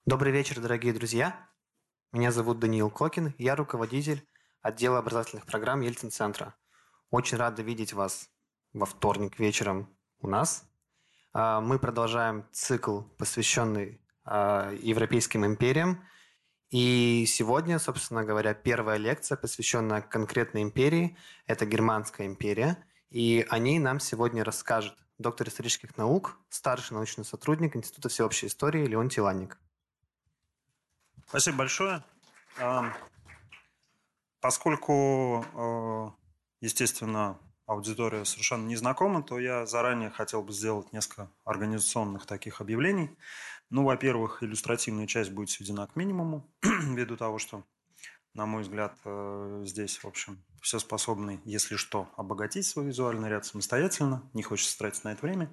Добрый вечер, дорогие друзья. Меня зовут Даниил Кокин, я руководитель отдела образовательных программ Ельцин-центра. Очень рада видеть вас во вторник вечером у нас. Мы продолжаем цикл, посвященный европейским империям. И сегодня, собственно говоря, первая лекция, посвященная конкретной империи, это Германская империя. И о ней нам сегодня расскажет доктор исторических наук, старший научный сотрудник Института всеобщей истории Леонтий Ланник. Спасибо большое. Поскольку, естественно, аудитория совершенно не знакома, то я заранее хотел бы сделать несколько организационных таких объявлений. Во-первых, иллюстративная часть будет сведена к минимуму, ввиду того, что, на мой взгляд, здесь, в общем, все способны, если что, обогатить свой визуальный ряд самостоятельно. Не хочется тратить на это время.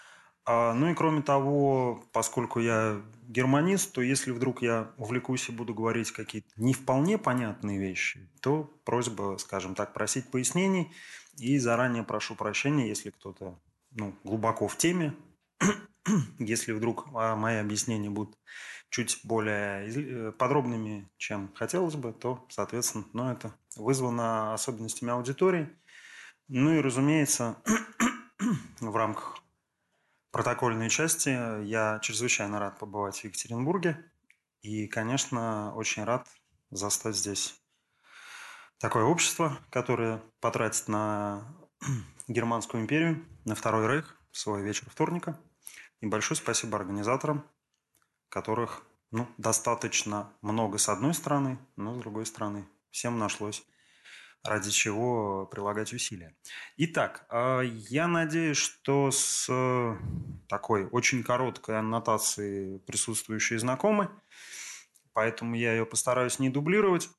И кроме того, поскольку я германист, то если вдруг я увлекусь и буду говорить какие-то не вполне понятные вещи, то просьба, скажем так, просить пояснений. И заранее прошу прощения, если кто-то глубоко в теме. Если вдруг мои объяснения будут чуть более подробными, чем хотелось бы, то, соответственно, это вызвано особенностями аудитории. И, разумеется, в рамках протокольной части я чрезвычайно рад побывать в Екатеринбурге. И, конечно, очень рад застать здесь такое общество, которое потратит на Германскую империю, на Второй Рейх свой вечер вторника. И большое спасибо организаторам, которых достаточно много с одной стороны, но с другой стороны всем нашлось ради чего прилагать усилия. Итак, я надеюсь, что с такой очень короткой аннотацией присутствующие знакомы, поэтому я ее постараюсь не дублировать.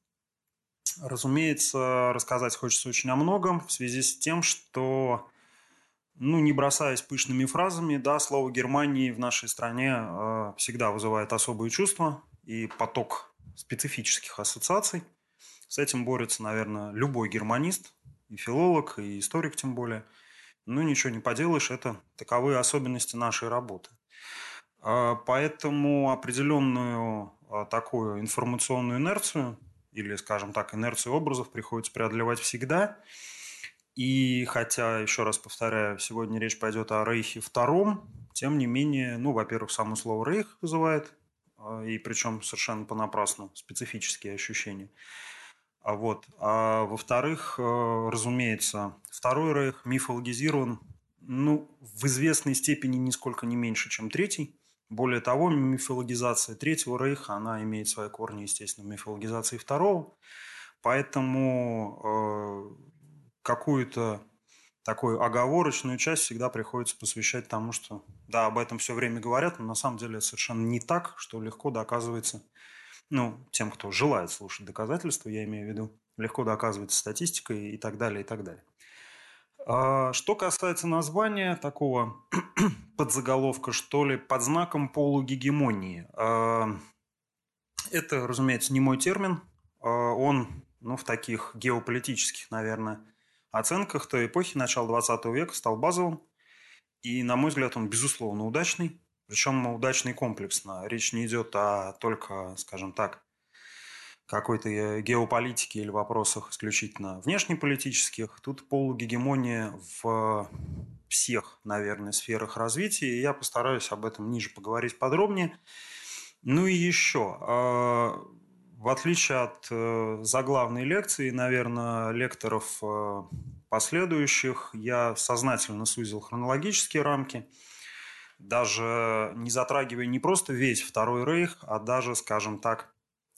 Разумеется, рассказать хочется очень о многом в связи с тем, что, не бросаясь пышными фразами, да, слово «Германии» в нашей стране всегда вызывает особые чувства и поток специфических ассоциаций. С этим борется, наверное, любой германист, и филолог, и историк тем более. Ничего не поделаешь, это таковые особенности нашей работы. Поэтому определенную такую информационную инерцию, или, скажем так, инерцию образов приходится преодолевать всегда. И хотя, еще раз повторяю, сегодня речь пойдет о Рейхе II, тем не менее, во-первых, само слово «рейх» вызывает, и причем совершенно понапрасну, специфические ощущения. А во-вторых, разумеется, Второй Рейх мифологизирован, в известной степени нисколько не меньше, чем Третий. Более того, мифологизация Третьего Рейха, она имеет свои корни, естественно, в мифологизации Второго. Поэтому какую-то такую оговорочную часть всегда приходится посвящать тому, что, да, об этом все время говорят, но на самом деле это совершенно не так, что легко доказывается. Тем, кто желает слушать доказательства, я имею в виду, легко доказывается статистикой и так далее, и так далее. Что касается названия такого подзаголовка, что ли, под знаком полугегемонии. Это, разумеется, не мой термин. Он, в таких геополитических, наверное, оценках той эпохи начала 20 века стал базовым. И, на мой взгляд, он, безусловно, удачный. Причем удачный комплексно. Речь не идет о только, скажем так, какой-то геополитике или вопросах исключительно внешнеполитических. Тут полугегемония в всех, наверное, сферах развития. И я постараюсь об этом ниже поговорить подробнее. И еще, в отличие от заглавной лекции, наверное, лекторов последующих, я сознательно сузил хронологические рамки, даже не затрагивая не просто весь Второй Рейх, а даже, скажем так,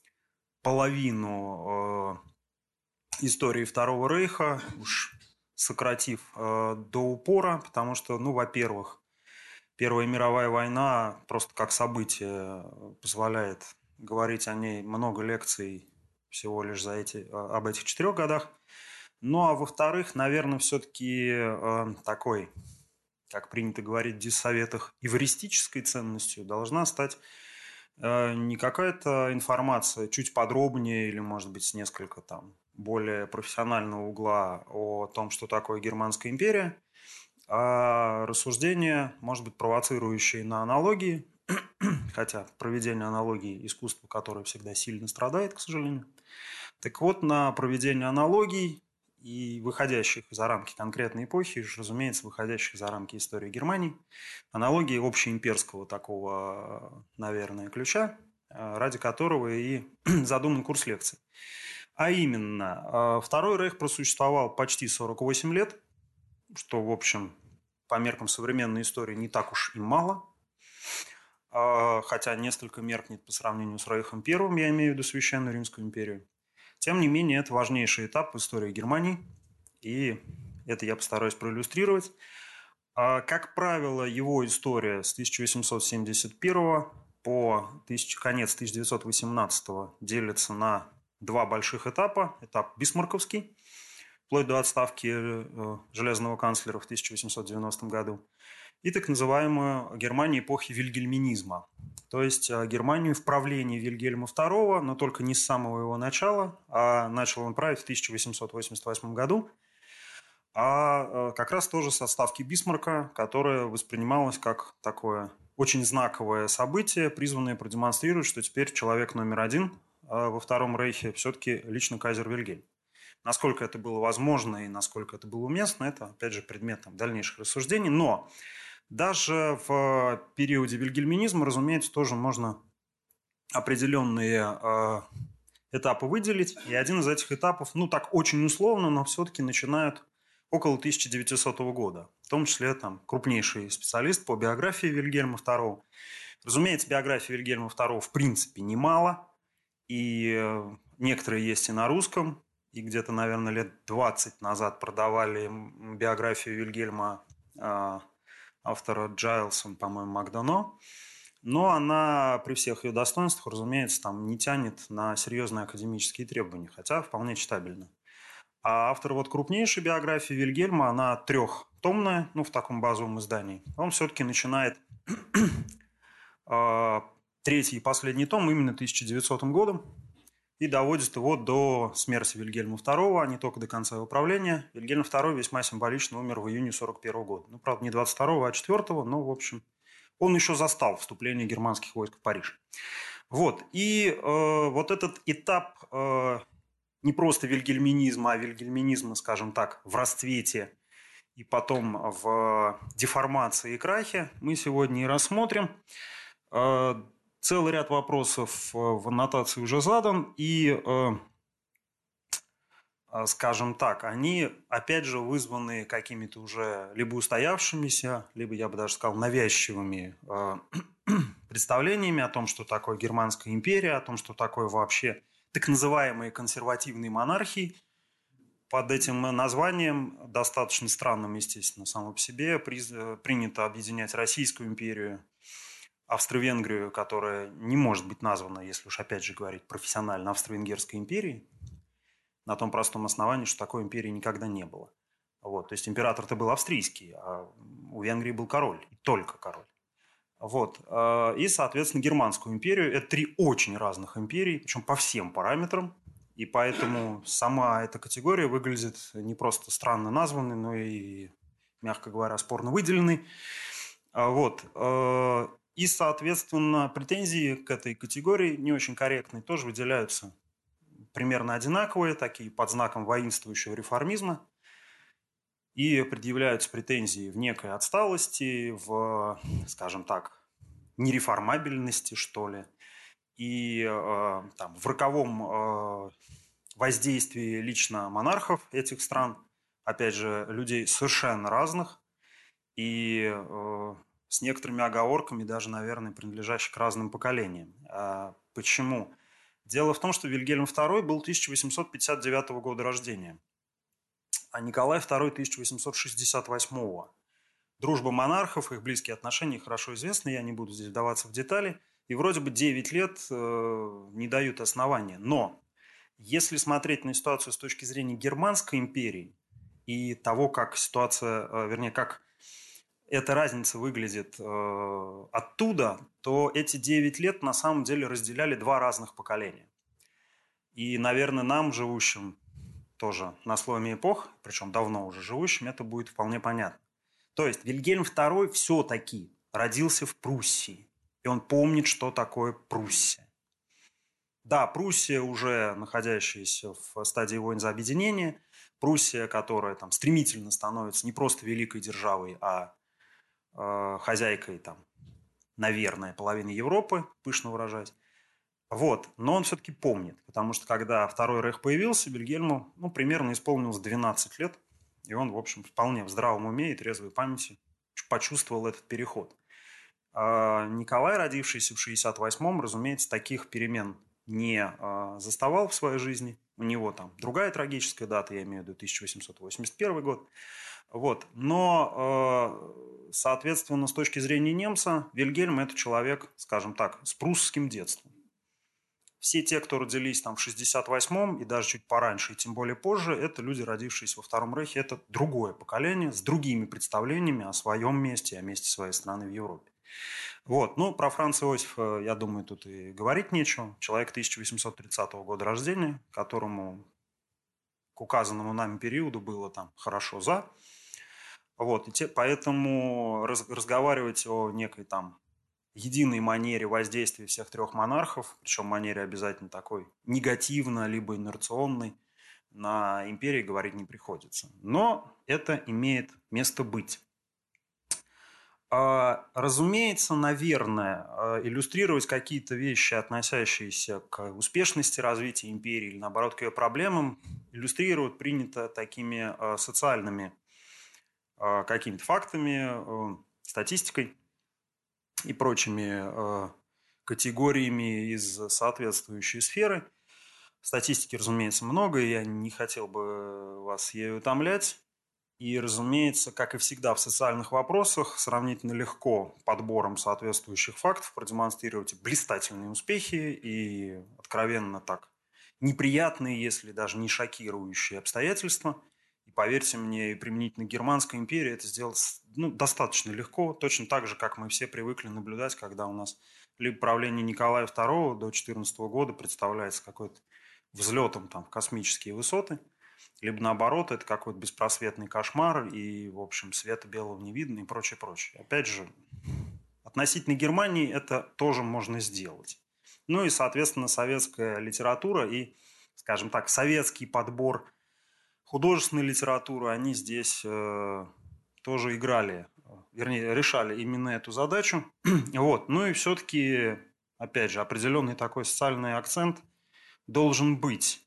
половину истории Второго Рейха, уж сократив до упора, потому что, во-первых, Первая мировая война просто как событие позволяет говорить о ней много лекций всего лишь об этих 4 годах. А во-вторых, наверное, все-таки такой, как принято говорить в диссоветах, эвристической ценностью должна стать не какая-то информация чуть подробнее или, может быть, с несколько более профессионального угла о том, что такое Германская империя, а рассуждения, может быть, провоцирующие на аналогии, хотя проведение аналогий искусство, которое всегда сильно страдает, к сожалению. Так вот, на проведение аналогий и выходящих за рамки конкретной эпохи, разумеется, выходящих за рамки истории Германии, аналогии общеимперского такого, наверное, ключа, ради которого и задуман курс лекций. А именно, Второй Рейх просуществовал почти 48 лет, что, в общем, по меркам современной истории не так уж и мало, хотя несколько меркнет по сравнению с Рейхом Первым, я имею в виду Священную Римскую империю. Тем не менее, это важнейший этап в истории Германии, и это я постараюсь проиллюстрировать. Как правило, его история с 1871 по конец 1918 делится на два больших этапа. Этап бисмарковский, вплоть до отставки железного канцлера в 1890 году, и так называемую Германию эпохи вильгельминизма, то есть Германию в правлении Вильгельма II, но только не с самого его начала, а начал он править в 1888 году, а как раз тоже с отставки Бисмарка, которое воспринималось как такое очень знаковое событие, призванное продемонстрировать, что теперь человек номер один во Втором Рейхе все-таки лично кайзер Вильгельм. Насколько это было возможно и насколько это было уместно, это, опять же, предмет дальнейших рассуждений. Но даже в периоде вильгельминизма, разумеется, тоже можно определенные этапы выделить. И один из этих этапов, так очень условно, но все-таки начинают около 1900 года. В том числе крупнейший специалист по биографии Вильгельма II. Разумеется, биографии Вильгельма II в принципе немало. И некоторые есть и на русском. И где-то, наверное, лет 20 назад продавали биографию Вильгельма автора Джайлсон, по-моему, Макдоно. Но она при всех ее достоинствах, разумеется, не тянет на серьезные академические требования, хотя вполне читабельна. А автор крупнейшей биографии Вильгельма, она трехтомная, в таком базовом издании. Он все-таки начинает третий и последний том именно 1900 годом и доводит его до смерти Вильгельма II, а не только до конца его правления. Вильгельм II весьма символично умер в июне 1941 года. Правда, не 22-го, а 4-го, но, в общем, он еще застал вступление германских войск в Париж. И вот этот этап не просто вильгельминизма, а вильгельминизма, скажем так, в расцвете и потом в деформации и крахе мы сегодня и рассмотрим. Целый ряд вопросов в аннотации уже задан, и, скажем так, они, опять же, вызваны какими-то уже либо устоявшимися, либо, я бы даже сказал, навязчивыми представлениями о том, что такое Германская империя, о том, что такое вообще так называемые консервативные монархии. Под этим названием, достаточно странным, естественно, само по себе, принято объединять Российскую империю, Австро-Венгрию, которая не может быть названа, если уж опять же говорить профессионально, Австро-Венгерской империей, на том простом основании, что такой империи никогда не было. То есть император-то был австрийский, а у Венгрии был король, и только король. И, соответственно, Германскую империю. Это три очень разных империи, причем по всем параметрам. И поэтому сама эта категория выглядит не просто странно названной, но и, мягко говоря, спорно выделенной. И, соответственно, претензии к этой категории не очень корректные тоже выделяются примерно одинаковые, такие под знаком воинствующего реформизма. И предъявляются претензии в некой отсталости, в, скажем так, нереформабельности, что ли, и в роковом воздействии лично монархов этих стран, опять же, людей совершенно разных, и с некоторыми оговорками, даже, наверное, принадлежащих к разным поколениям. Почему? Дело в том, что Вильгельм II был 1859 года рождения, а Николай II 1868. Дружба монархов, их близкие отношения хорошо известны, я не буду здесь вдаваться в детали. И вроде бы 9 лет не дают основания. Но если смотреть на ситуацию с точки зрения Германской империи и того, как ситуация, как эта разница выглядит оттуда, то эти 9 лет на самом деле разделяли два разных поколения. И, наверное, нам, живущим тоже на сломе эпох, причем давно уже живущим, это будет вполне понятно. То есть Вильгельм II все-таки родился в Пруссии. и он помнит, что такое Пруссия. Да, Пруссия, уже находящаяся в стадии войн за объединение, Пруссия, которая там стремительно становится не просто великой державой, а хозяйкой, там, наверное, половины Европы, пышно выражать. Вот. Но он все-таки помнит, потому что когда Второй Рейх появился, Вильгельму примерно исполнилось 12 лет, и он, в общем, вполне в здравом уме и трезвой памяти почувствовал этот переход. А Николай, родившийся в 68-м, разумеется, таких перемен не заставал в своей жизни. У него там другая трагическая дата, я имею в виду 1881 год. Вот. Но, соответственно, с точки зрения немца, Вильгельм – это человек, скажем так, с прусским детством. Все те, кто родились там в 68-м и даже чуть пораньше, и тем более позже, это люди, родившиеся во Втором Рейхе, это другое поколение с другими представлениями о своем месте, о месте своей страны в Европе. Вот. Ну, про Франца Иосифа, я думаю, тут и говорить нечего. Человек 1830 года рождения, которому к указанному нами периоду было там хорошо за. Вот. Поэтому разговаривать о некой там единой манере воздействия всех трех монархов, причем манере обязательно такой негативно, либо инерционной, на империи говорить не приходится. Но это имеет место быть. Разумеется, наверное, иллюстрировать какие-то вещи, относящиеся к успешности развития империи или, наоборот, к ее проблемам, иллюстрировать принято такими социальными какими-то фактами, статистикой и прочими категориями из соответствующей сферы. Статистики, разумеется, много, и я не хотел бы вас ею утомлять. И, разумеется, как и всегда в социальных вопросах, сравнительно легко подбором соответствующих фактов продемонстрировать блистательные успехи и откровенно так неприятные, если даже не шокирующие обстоятельства. И поверьте мне, и применительно Германской империи это сделать достаточно легко, точно так же, как мы все привыкли наблюдать, когда у нас либо правление Николая II до 2014 года представляется какой-то взлетом там, в космические высоты, либо наоборот, это какой-то беспросветный кошмар, и, в общем, света белого не видно и прочее, прочее. Опять же, относительно Германии это тоже можно сделать. Ну и, соответственно, советская литература и, скажем так, советский подбор художественной литературы, они здесь тоже играли, вернее, решали именно эту задачу. Вот. Ну и все-таки, опять же, определенный такой социальный акцент должен быть.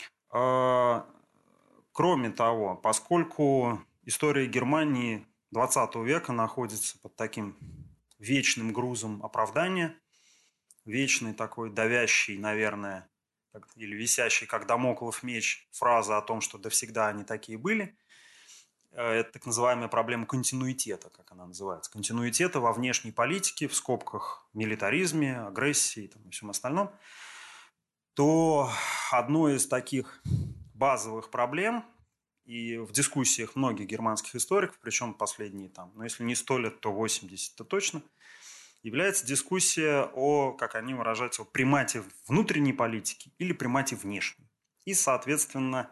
Кроме того, поскольку история Германии XX века находится под таким вечным грузом оправдания, вечный такой давящий, наверное, или висящий, как дамоклов меч, фраза о том, что да всегда они такие были, это так называемая проблема континуитета, как она называется. Континуитета во внешней политике, в скобках милитаризме, агрессии и всем остальном, то одной из таких базовых проблем и в дискуссиях многих германских историков, причем последние там, если не 100 лет, то 80, то точно, является дискуссия о, как они выражаются, о примате внутренней политики или примате внешней. И, соответственно,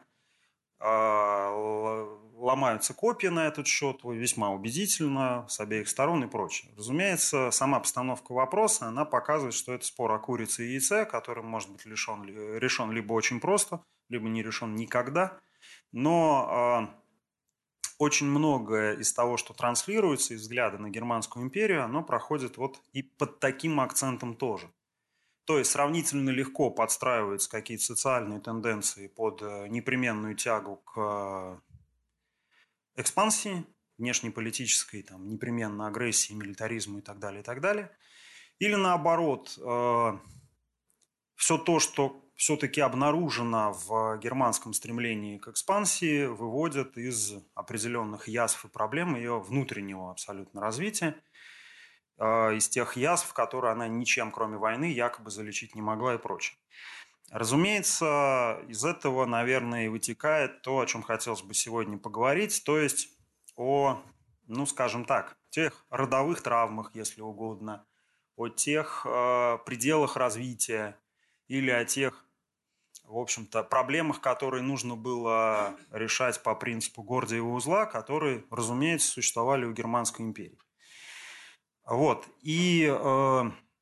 ломаются копья на этот счет весьма убедительно с обеих сторон и прочее. Разумеется, сама постановка вопроса, она показывает, что это спор о курице и яйце, который может быть решен либо очень просто, либо не решен никогда. Но очень многое из того, что транслируется, из взгляда на Германскую империю, оно проходит и под таким акцентом тоже. То есть сравнительно легко подстраиваются какие-то социальные тенденции под непременную тягу к экспансии, внешнеполитической, непременно агрессии, милитаризму и так далее, и так далее. Или наоборот, все то, что все-таки обнаружено в германском стремлении к экспансии, выводят из определенных язв и проблем ее внутреннего абсолютно развития, из тех язв, которые она ничем, кроме войны, якобы залечить не могла и прочее. Разумеется, из этого, наверное, и вытекает то, о чем хотелось бы сегодня поговорить, то есть о, скажем так, тех родовых травмах, если угодно, о тех пределах развития или о тех, в общем-то, проблемах, которые нужно было решать по принципу Гордиева узла, которые, разумеется, существовали у Германской империи. Вот. И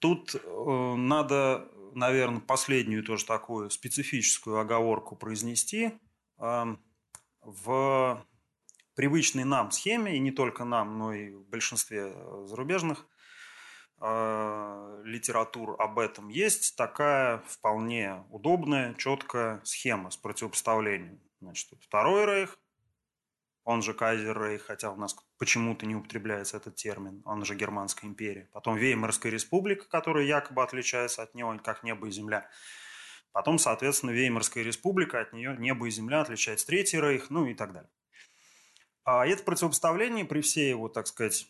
Тут надо, наверное, последнюю тоже такую специфическую оговорку произнести. В привычной нам схеме, и не только нам, но и в большинстве зарубежных литератур об этом, есть такая вполне удобная, четкая схема с противопоставлением. Значит, Второй рейх, он же Кайзер-рейх, хотя у нас почему-то не употребляется этот термин, он же Германская империя. Потом Веймарская республика, которая якобы отличается от него как небо и земля. Потом, соответственно, Веймарская республика, от нее небо и земля отличается Третий рейх, ну и так далее. А это противопоставление при всей его, так сказать,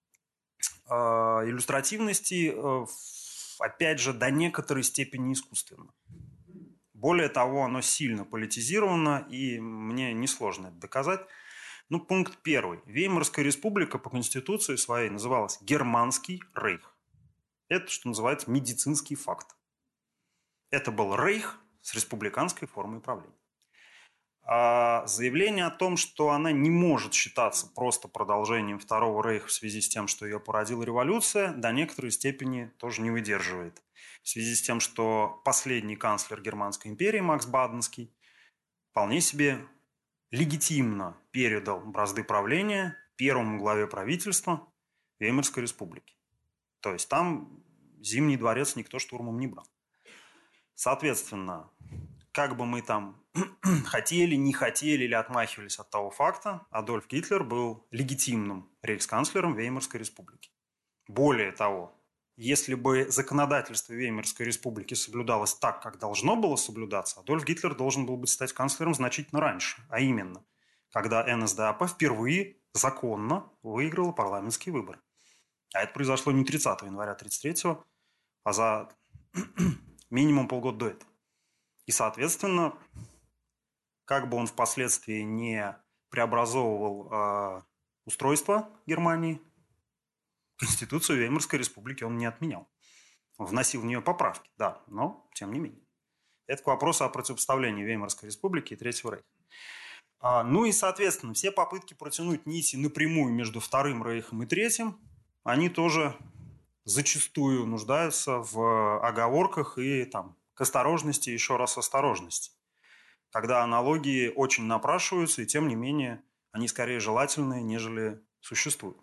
иллюстративности, опять же, до некоторой степени искусственно. Более того, оно сильно политизировано, и мне несложно это доказать. Ну, пункт первый. Веймарская республика по конституции своей называлась Германский рейх. Это, что называется, медицинский факт. Это был рейх с республиканской формой правления. А заявление о том, что она не может считаться просто продолжением Второго рейха в связи с тем, что ее породила революция, до некоторой степени тоже не выдерживает. В связи с тем, что последний канцлер Германской империи Макс Баденский вполне себе легитимно передал бразды правления первому главе правительства Веймарской республики. То есть там Зимний дворец никто штурмом не брал. Соответственно, как бы мы там хотели, не хотели или отмахивались от того факта, Адольф Гитлер был легитимным рейхсканцлером Веймарской республики. Более того, если бы законодательство Веймарской республики соблюдалось так, как должно было соблюдаться, Адольф Гитлер должен был бы стать канцлером значительно раньше. А именно, когда НСДАП впервые законно выиграла парламентские выборы. А это произошло не 30 января 1933, а за минимум полгода до этого. И, соответственно, как бы он впоследствии не преобразовывал устройство Германии, Конституцию Веймарской республики он не отменял. Он вносил в нее поправки, да, но тем не менее. Это к вопросу о противопоставлении Веймарской республики и Третьего рейха. Ну и, соответственно, все попытки протянуть нити напрямую между Вторым рейхом и Третьим, они тоже зачастую нуждаются в оговорках и там, к осторожности, еще раз осторожности. Когда аналогии очень напрашиваются, и тем не менее они скорее желательные, нежели существуют.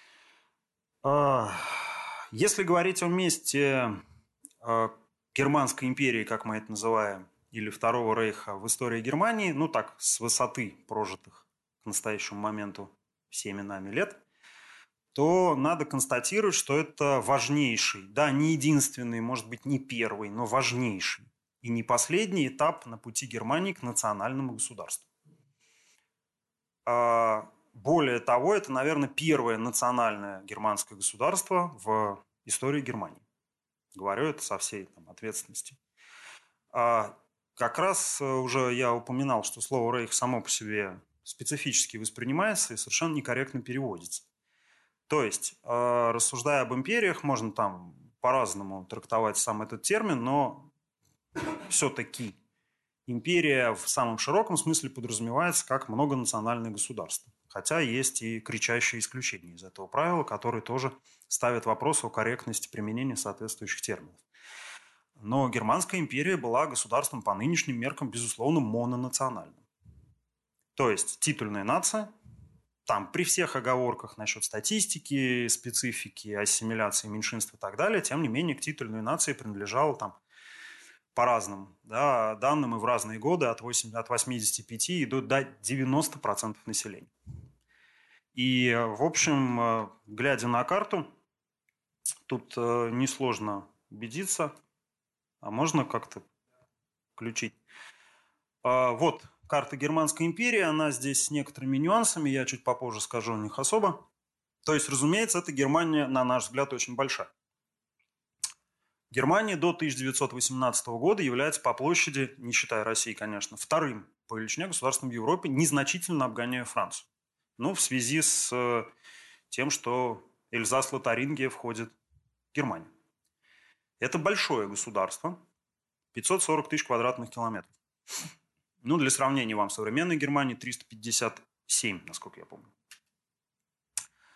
Если говорить о месте Германской империи, как мы это называем, или Второго рейха в истории Германии, ну так, с высоты прожитых к настоящему моменту всеми нами лет, то надо констатировать, что это важнейший, да, не единственный, может быть, не первый, но важнейший и не последний этап на пути Германии к национальному государству. Более того, это, наверное, первое национальное германское государство в истории Германии. Говорю это со всей там, ответственностью. Как раз уже я упоминал, что слово «рейх» само по себе специфически воспринимается и совершенно некорректно переводится. То есть, рассуждая об империях, можно там по-разному трактовать сам этот термин, но все-таки империя в самом широком смысле подразумевается как многонациональное государство. Хотя есть и кричащие исключения из этого правила, которые тоже ставят вопрос о корректности применения соответствующих терминов. Но Германская империя была государством по нынешним меркам, безусловно, мононациональным. То есть титульная нация, там при всех оговорках насчет статистики, специфики, ассимиляции меньшинств и так далее, тем не менее к титульной нации принадлежало там по разным данным и в разные годы от 85 и до 90% населения. И, в общем, глядя на карту, тут несложно убедиться, а можно как-то включить. Вот карта Германской империи, она здесь с некоторыми нюансами, я чуть попозже скажу о них особо. То есть, разумеется, эта Германия, на наш взгляд, очень большая. Германия до 1918 года является по площади, не считая России, конечно, вторым по величине государством в Европе, незначительно обгоняя Францию. Ну, в связи с тем, что Эльзас-Лотарингия входит в Германию. Это большое государство, 540 тысяч квадратных километров. Ну, для сравнения вам, современной Германии 357, насколько я помню.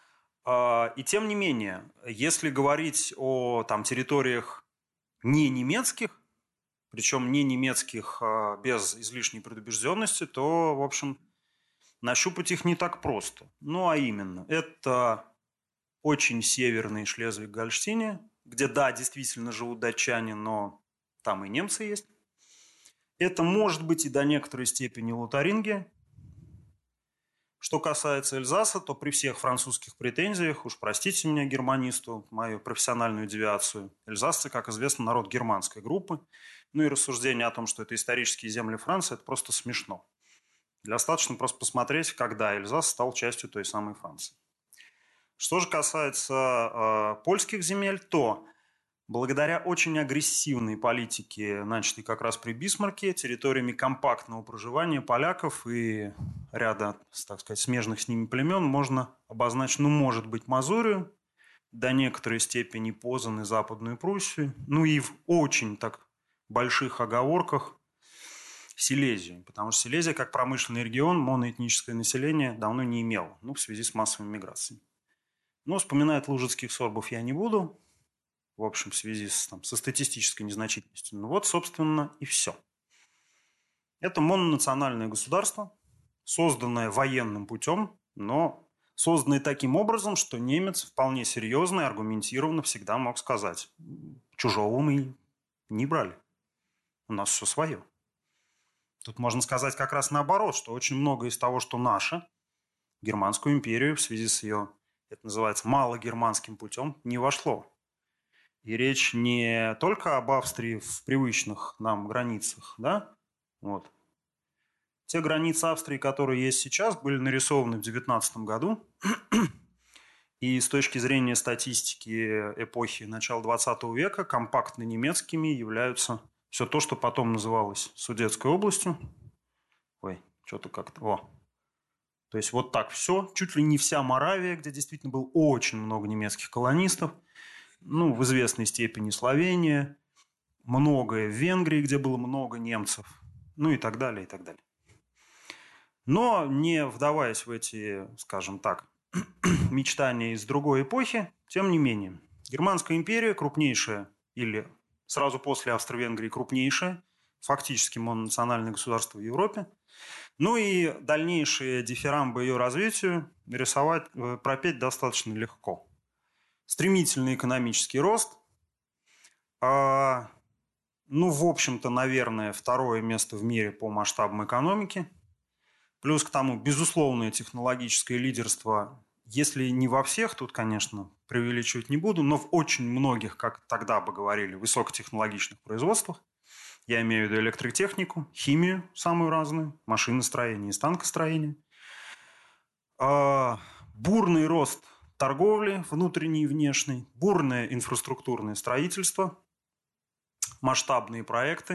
И тем не менее, если говорить о территориях не немецких, причем не немецких без излишней предубежденности, то, в общем, нащупать их не так просто. Ну, а именно, это очень северный Шлезвиг-Гольштине, где, да, действительно живут датчане, но там и немцы есть. Это может быть и до некоторой степени Лотарингия. Что касается Эльзаса, то при всех французских претензиях, уж простите меня, германисту, мою профессиональную девиацию, эльзасцы, как известно, народ германской группы. Ну и рассуждение о том, что это исторические земли Франции, это просто смешно. Достаточно просто посмотреть, когда Эльзас стал частью той самой Франции. Что же касается польских земель, то благодаря очень агрессивной политике, начатой как раз при Бисмарке, территориями компактного проживания поляков и ряда, так сказать, смежных с ними племен можно обозначить, может быть, Мазурию, до некоторой степени Позан и Западную Пруссию, и в очень так больших оговорках Силезию, потому что Силезия, как промышленный регион, моноэтническое население давно не имело, в связи с массовыми миграциями. Но вспоминать лужицких сорбов я не буду, в общем, в связи со статистической незначительностью. Собственно, и все. Это мононациональное государство, созданное военным путем, но созданное таким образом, что немец вполне серьезно и аргументированно всегда мог сказать: чужого мы не брали, у нас все свое. Тут можно сказать как раз наоборот, что очень много из того, что наше, Германскую империю в связи с ее, это называется, малогерманским путем, не вошло. И речь не только об Австрии в привычных нам границах, да? Те границы Австрии, которые есть сейчас, были нарисованы в 19 году. И с точки зрения статистики эпохи начала 20 века компактно немецкими являются все то, что потом называлось Судетской областью. То есть вот так все. Чуть ли не вся Моравия, где действительно было очень много немецких колонистов. В известной степени Словения. Многое в Венгрии, где было много немцев. И так далее, и так далее. Но не вдаваясь в эти, скажем так, мечтания из другой эпохи, тем не менее, Германская империя крупнейшая, или сразу после Австро-Венгрии крупнейшее, фактически мононациональное государство в Европе. И дальнейшие дифирамбы ее развитию рисовать, пропеть достаточно легко. Стремительный экономический рост. В общем-то, наверное, второе место в мире по масштабам экономики. Плюс к тому, безусловное технологическое лидерство, если не во всех, тут, конечно, преувеличивать не буду, но в очень многих, как тогда бы говорили, высокотехнологичных производствах. Я имею в виду электротехнику, химию самую разную, машиностроение и станкостроение. Бурный рост торговли, внутренней и внешней, бурное инфраструктурное строительство, масштабные проекты,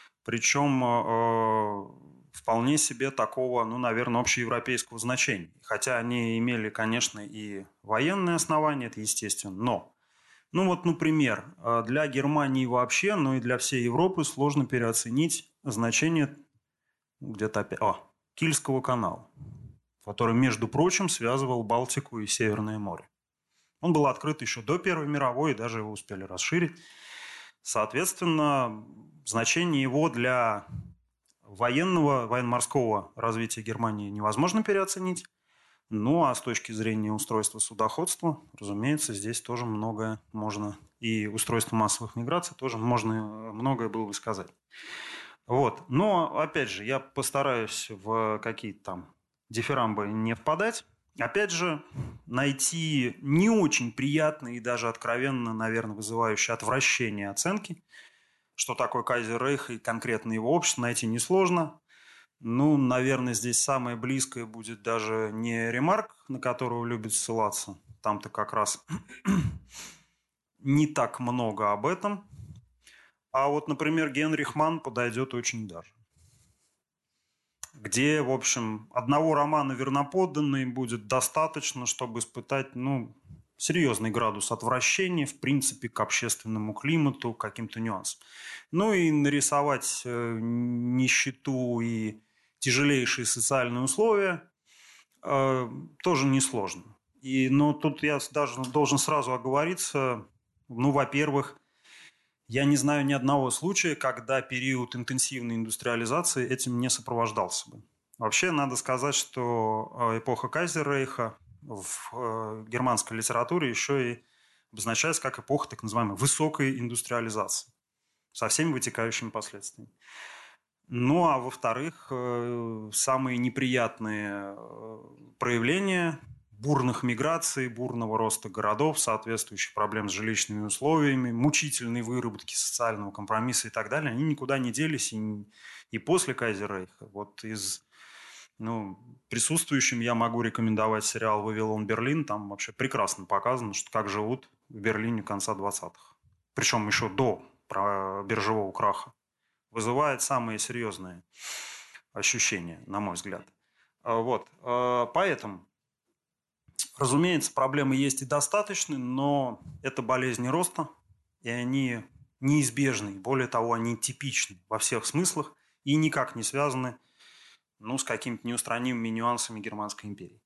причем вполне себе такого, наверное, общеевропейского значения. Хотя они имели, конечно, и военные основания, это естественно, но например, для Германии вообще, и для всей Европы сложно переоценить значение Кильского канала, который, между прочим, связывал Балтику и Северное море. Он был открыт еще до Первой мировой, и даже его успели расширить. Соответственно, значение его для военно-морского развития Германии невозможно переоценить. А с точки зрения устройства судоходства, разумеется, здесь тоже многое можно, и устройство массовых миграций тоже можно многое было бы сказать. Но, опять же, я постараюсь в какие-то дифирамбы не впадать. Опять же, найти не очень приятные и даже откровенно, наверное, вызывающие отвращение оценки, что такое Кайзер-Рейх и конкретно его общество, найти несложно. Наверное, здесь самое близкое будет даже не Ремарк, на которого любят ссылаться. Там-то как раз не так много об этом. А например, Генрих Манн подойдет очень даже. Где, в общем, одного романа «Верноподданный» будет достаточно, чтобы испытать, серьезный градус отвращения, в принципе, к общественному климату, к каким-то нюансам. И нарисовать нищету и тяжелейшие социальные условия тоже несложно. Но тут я даже должен сразу оговориться. Ну, во-первых, я не знаю ни одного случая, когда период интенсивной индустриализации этим не сопровождался бы. Вообще, надо сказать, что эпоха Кайзеррейха в германской литературе еще и обозначается как эпоха так называемой высокой индустриализации со всеми вытекающими последствиями. Ну, а во-вторых, самые неприятные проявления бурных миграций, бурного роста городов, соответствующих проблем с жилищными условиями, мучительной выработки социального компромисса и так далее, они никуда не делись и после Кайзеррейха. Вот присутствующим я могу рекомендовать сериал «Вавилон Берлин». Там вообще прекрасно показано, что как живут в Берлине конца 20-х. Причем еще до биржевого краха. Вызывает самые серьезные ощущения, на мой взгляд. Поэтому, разумеется, проблемы есть и достаточны, но это болезни роста, и они неизбежны. Более того, они типичны во всех смыслах и никак не связаны с какими-то неустранимыми нюансами Германской империи.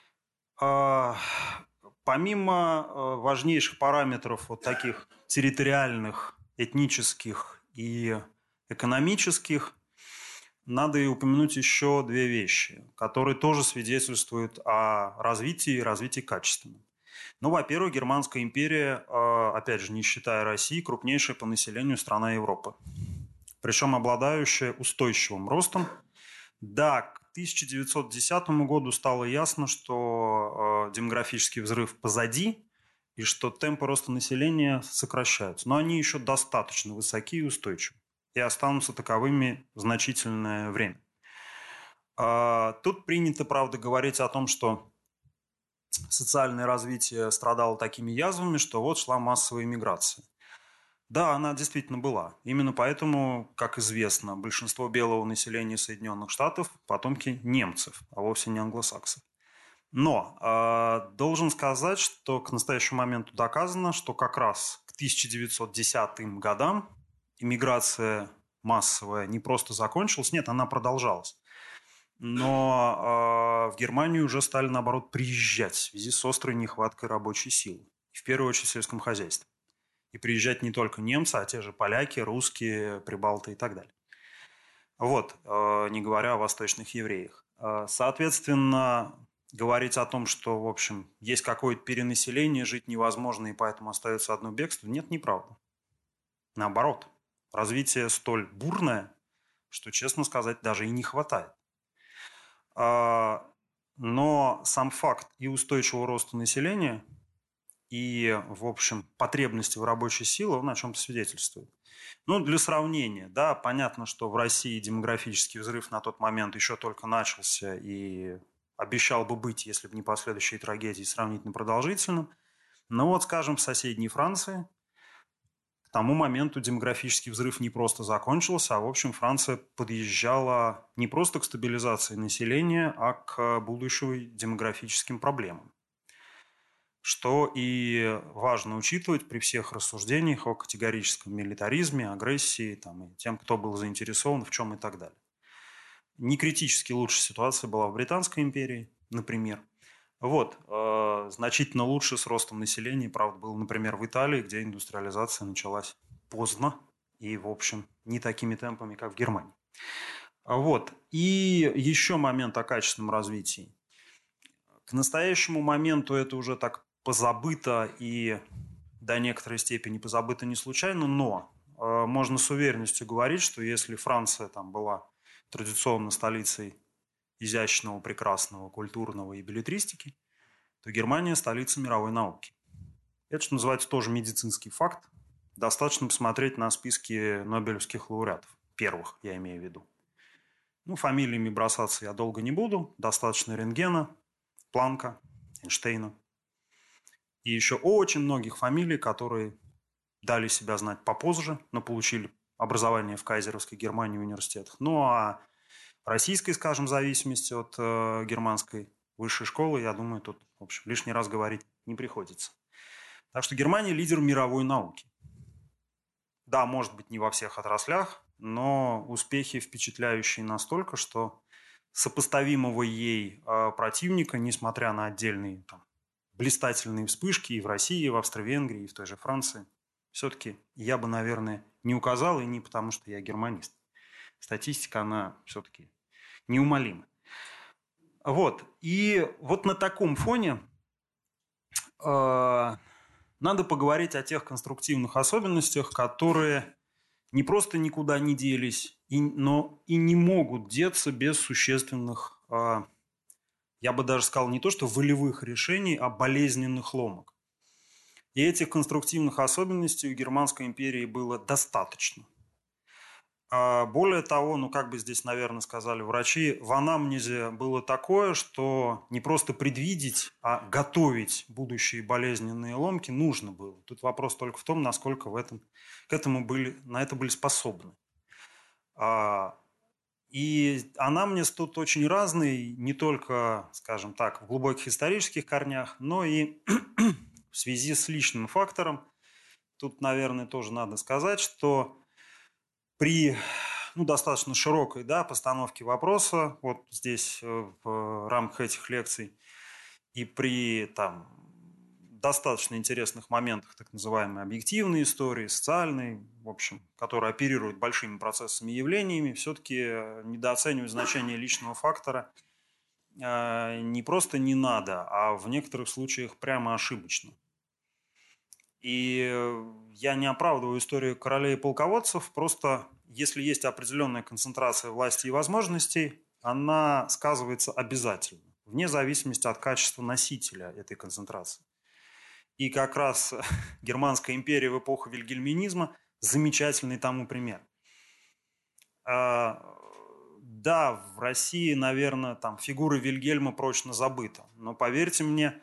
Помимо важнейших параметров вот таких территориальных, этнических и экономических, надо и упомянуть еще две вещи, которые тоже свидетельствуют о развитии и развитии качественном. Во-первых, Германская империя, опять же, не считая России, крупнейшая по населению страна Европы. Причем обладающая устойчивым ростом. Да, к 1910 году стало ясно, что демографический взрыв позади, и что темпы роста населения сокращаются. Но они еще достаточно высоки и устойчивы, и останутся таковыми значительное время. Тут принято, правда, говорить о том, что социальное развитие страдало такими язвами, что вот шла массовая иммиграция. Да, она действительно была. Именно поэтому, как известно, большинство белого населения Соединенных Штатов – потомки немцев, а вовсе не англосаксов. Но должен сказать, что к настоящему моменту доказано, что как раз к 1910 годам иммиграция массовая не просто закончилась, нет, она продолжалась. Но в Германию уже стали, наоборот, приезжать в связи с острой нехваткой рабочей силы. В первую очередь в сельском хозяйстве. И приезжать не только немцы, а те же поляки, русские, прибалты и так далее. Не говоря о восточных евреях. Соответственно, говорить о том, что, в общем, есть какое-то перенаселение, жить невозможно, и поэтому остается одно бегство, нет, неправда. Наоборот, развитие столь бурное, что, честно сказать, даже и не хватает. Но сам факт и устойчивого роста населения, и, в общем, потребности в рабочей силе, он о чем-то свидетельствует. Для сравнения, да, понятно, что в России демографический взрыв на тот момент еще только начался и обещал бы быть, если бы не последующие трагедии, сравнительно продолжительным. Но скажем, в соседней Франции к тому моменту демографический взрыв не просто закончился, а, в общем, Франция подъезжала не просто к стабилизации населения, а к будущим демографическим проблемам. Что и важно учитывать при всех рассуждениях о категорическом милитаризме, агрессии, и тем, кто был заинтересован в чем и так далее. Не критически лучшая ситуация была в Британской империи, например. Значительно лучше с ростом населения, правда, было, например, в Италии, где индустриализация началась поздно и, в общем, не такими темпами, как в Германии. И еще момент о качественном развитии. К настоящему моменту это уже так позабыто и до некоторой степени позабыто не случайно, но можно с уверенностью говорить, что если Франция была традиционно столицей изящного, прекрасного, культурного и беллетристики, то Германия – столица мировой науки. Это, что называется, тоже медицинский факт. Достаточно посмотреть на списки нобелевских лауреатов. Первых, я имею в виду. Фамилиями бросаться я долго не буду. Достаточно рентгена, Планка, Эйнштейна. И еще очень многих фамилий, которые дали себя знать попозже, но получили образование в кайзеровской Германии университетах. А российской, скажем, зависимости от германской высшей школы, я думаю, тут, в общем, лишний раз говорить не приходится. Так что Германия – лидер мировой науки. Да, может быть, не во всех отраслях, но успехи впечатляющие настолько, что сопоставимого ей противника, несмотря на отдельные блистательные вспышки и в России, и в Австро-Венгрии, и в той же Франции. Все-таки я бы, наверное, не указал, и не потому, что я германист. Статистика, она все-таки неумолима. Вот. И вот на таком фоне надо поговорить о тех конструктивных особенностях, которые не просто никуда не делись, но и не могут деться без существенных, я бы даже сказал, не то что волевых решений, а болезненных ломок. И этих конструктивных особенностей у Германской империи было достаточно. Более того, ну как бы здесь, наверное, сказали врачи, в анамнезе было такое, что не просто предвидеть, а готовить будущие болезненные ломки нужно было. Тут вопрос только в том, насколько на это были способны. И анамнез тут очень разный, не только, скажем так, в глубоких исторических корнях, но и в связи с личным фактором. Тут, наверное, тоже надо сказать, что при достаточно широкой постановке вопроса, вот здесь в рамках этих лекций, и при достаточно интересных моментах так называемой объективной истории, социальной, в общем, которые оперируют большими процессами и явлениями, все-таки недооценивать значение личного фактора не просто не надо, а в некоторых случаях прямо ошибочно. И я не оправдываю историю королей и полководцев, просто если есть определенная концентрация власти и возможностей, она сказывается обязательно, вне зависимости от качества носителя этой концентрации. И как раз Германская империя в эпоху вильгельминизма замечательный тому пример. Да, в России, наверное, фигура Вильгельма прочно забыта, но поверьте мне,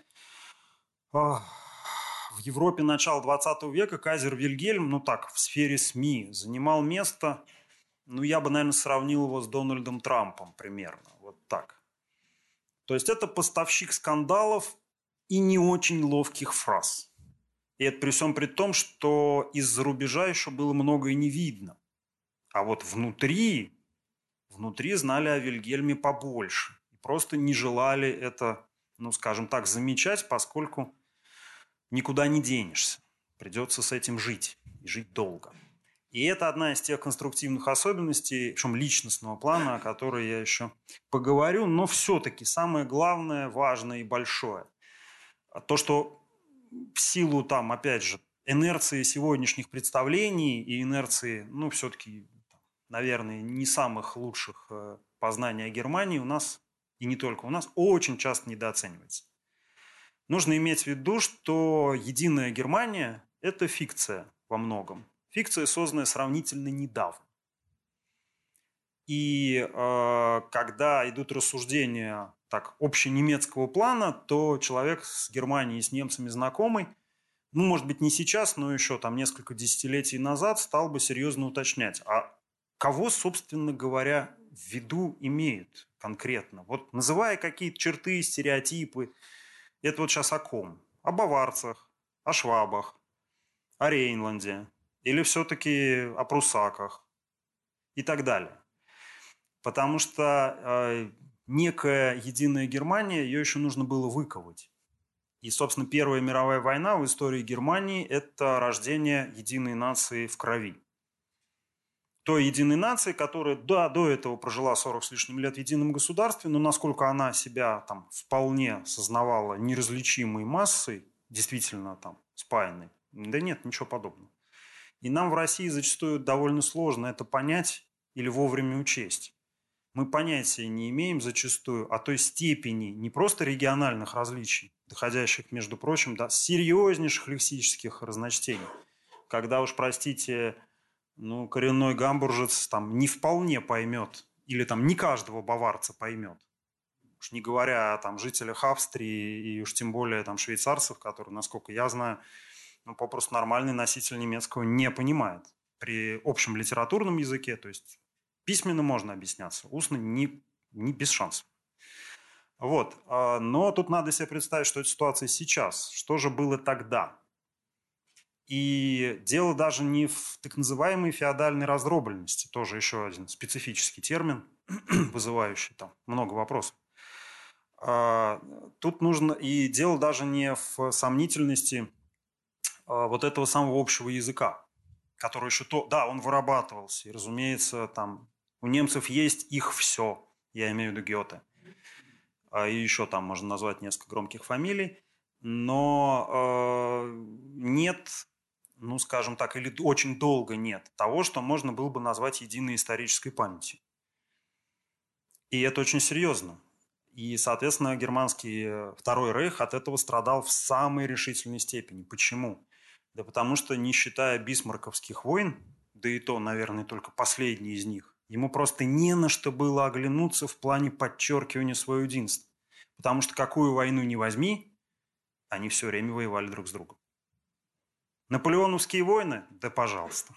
в Европе начала 20 века кайзер Вильгельм, в сфере СМИ занимал место, я бы, наверное, сравнил его с Дональдом Трампом примерно, вот так. То есть это поставщик скандалов и не очень ловких фраз. И это при всем при том, что из-за рубежа еще было многое не видно. А вот внутри знали о Вильгельме побольше. И просто не желали это, скажем так, замечать, поскольку никуда не денешься. Придется с этим жить. И жить долго. И это одна из тех конструктивных особенностей, причем личностного плана, о которой я еще поговорю. Но все-таки самое главное, важное и большое. То, что в силу, опять же, инерции сегодняшних представлений и инерции, все-таки, наверное, не самых лучших познаний о Германии у нас, и не только у нас, очень часто недооценивается. Нужно иметь в виду, что единая Германия – это фикция во многом. Фикция, созданная сравнительно недавно. И когда идут рассуждения общенемецкого плана, то человек с Германией и с немцами знакомый, может быть, не сейчас, но еще несколько десятилетий назад стал бы серьезно уточнять, а кого, собственно говоря, в виду имеют конкретно? Вот называя какие-то черты, стереотипы, это вот сейчас о ком? О баварцах, о швабах, о Рейнланде или все-таки о прусаках и так далее. Потому что некая единая Германия, ее еще нужно было выковать. И, собственно, Первая мировая война в истории Германии – это рождение единой нации в крови. Той единой нации, которая до этого прожила 40 с лишним лет в едином государстве, но насколько она себя вполне сознавала неразличимой массой, действительно спаянной, да нет, ничего подобного. И нам в России зачастую довольно сложно это понять или вовремя учесть. Мы понятия не имеем зачастую о той степени не просто региональных различий, доходящих, между прочим, до серьезнейших лексических разночтений. Когда уж, простите, коренной гамбуржец не вполне поймет, или не каждого баварца поймет. Уж не говоря о жителях Австрии и уж тем более швейцарцев, которые, насколько я знаю, попросту нормальный носитель немецкого не понимает. При общем литературном языке, то есть письменно можно объясняться, устно не без шансов. Вот. Но тут надо себе представить, что это ситуация сейчас. Что же было тогда? И дело даже не в так называемой феодальной раздробленности, тоже еще один специфический термин, вызывающий много вопросов. Тут нужно, и дело даже не в сомнительности вот этого самого общего языка, который еще да, он вырабатывался, и, разумеется, там у немцев есть их все, я имею в виду Гёте, и еще там можно назвать несколько громких фамилий, но нет, ну, скажем так, или очень долго нет того, что можно было бы назвать единой исторической памятью. И это очень серьезно. И, соответственно, германский Второй Рейх от этого страдал в самой решительной степени. Почему? Да потому что, не считая бисмарковских войн, да и то, наверное, только последний из них, ему просто не на что было оглянуться в плане подчеркивания своего единства. Потому что какую войну ни возьми, они все время воевали друг с другом. Наполеоновские войны? Да пожалуйста.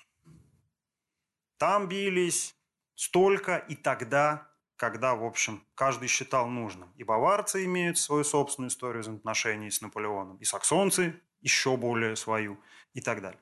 Там бились столько и тогда, когда, в общем, каждый считал нужным. И баварцы имеют свою собственную историю взаимоотношений с Наполеоном, и саксонцы еще более свою, и так далее.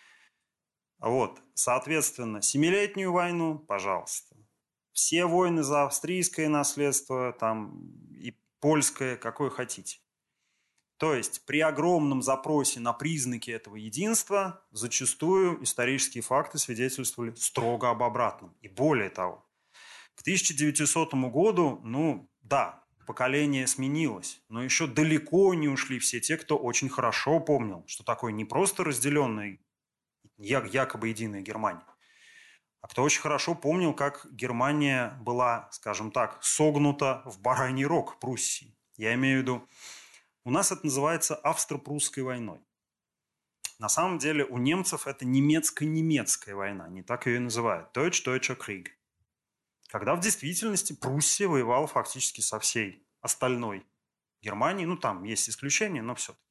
Вот, соответственно, Семилетнюю войну, пожалуйста. Все войны за австрийское наследство, там, и польское, какое хотите. То есть при огромном запросе на признаки этого единства зачастую исторические факты свидетельствовали строго об обратном. И более того, к 1900 году, ну да, поколение сменилось, но еще далеко не ушли все те, кто очень хорошо помнил, что такое не просто разделенная, якобы единая Германия, а кто очень хорошо помнил, как Германия была, скажем так, согнута в бараний рог Пруссии. Я имею в виду, у нас это называется Австро-Прусской войной. На самом деле у немцев это немецко-немецкая война, не так ее и называют. Deutsch-Deutscher Krieg. Когда в действительности Пруссия воевала фактически со всей остальной Германией. Ну, там есть исключения, но все-таки.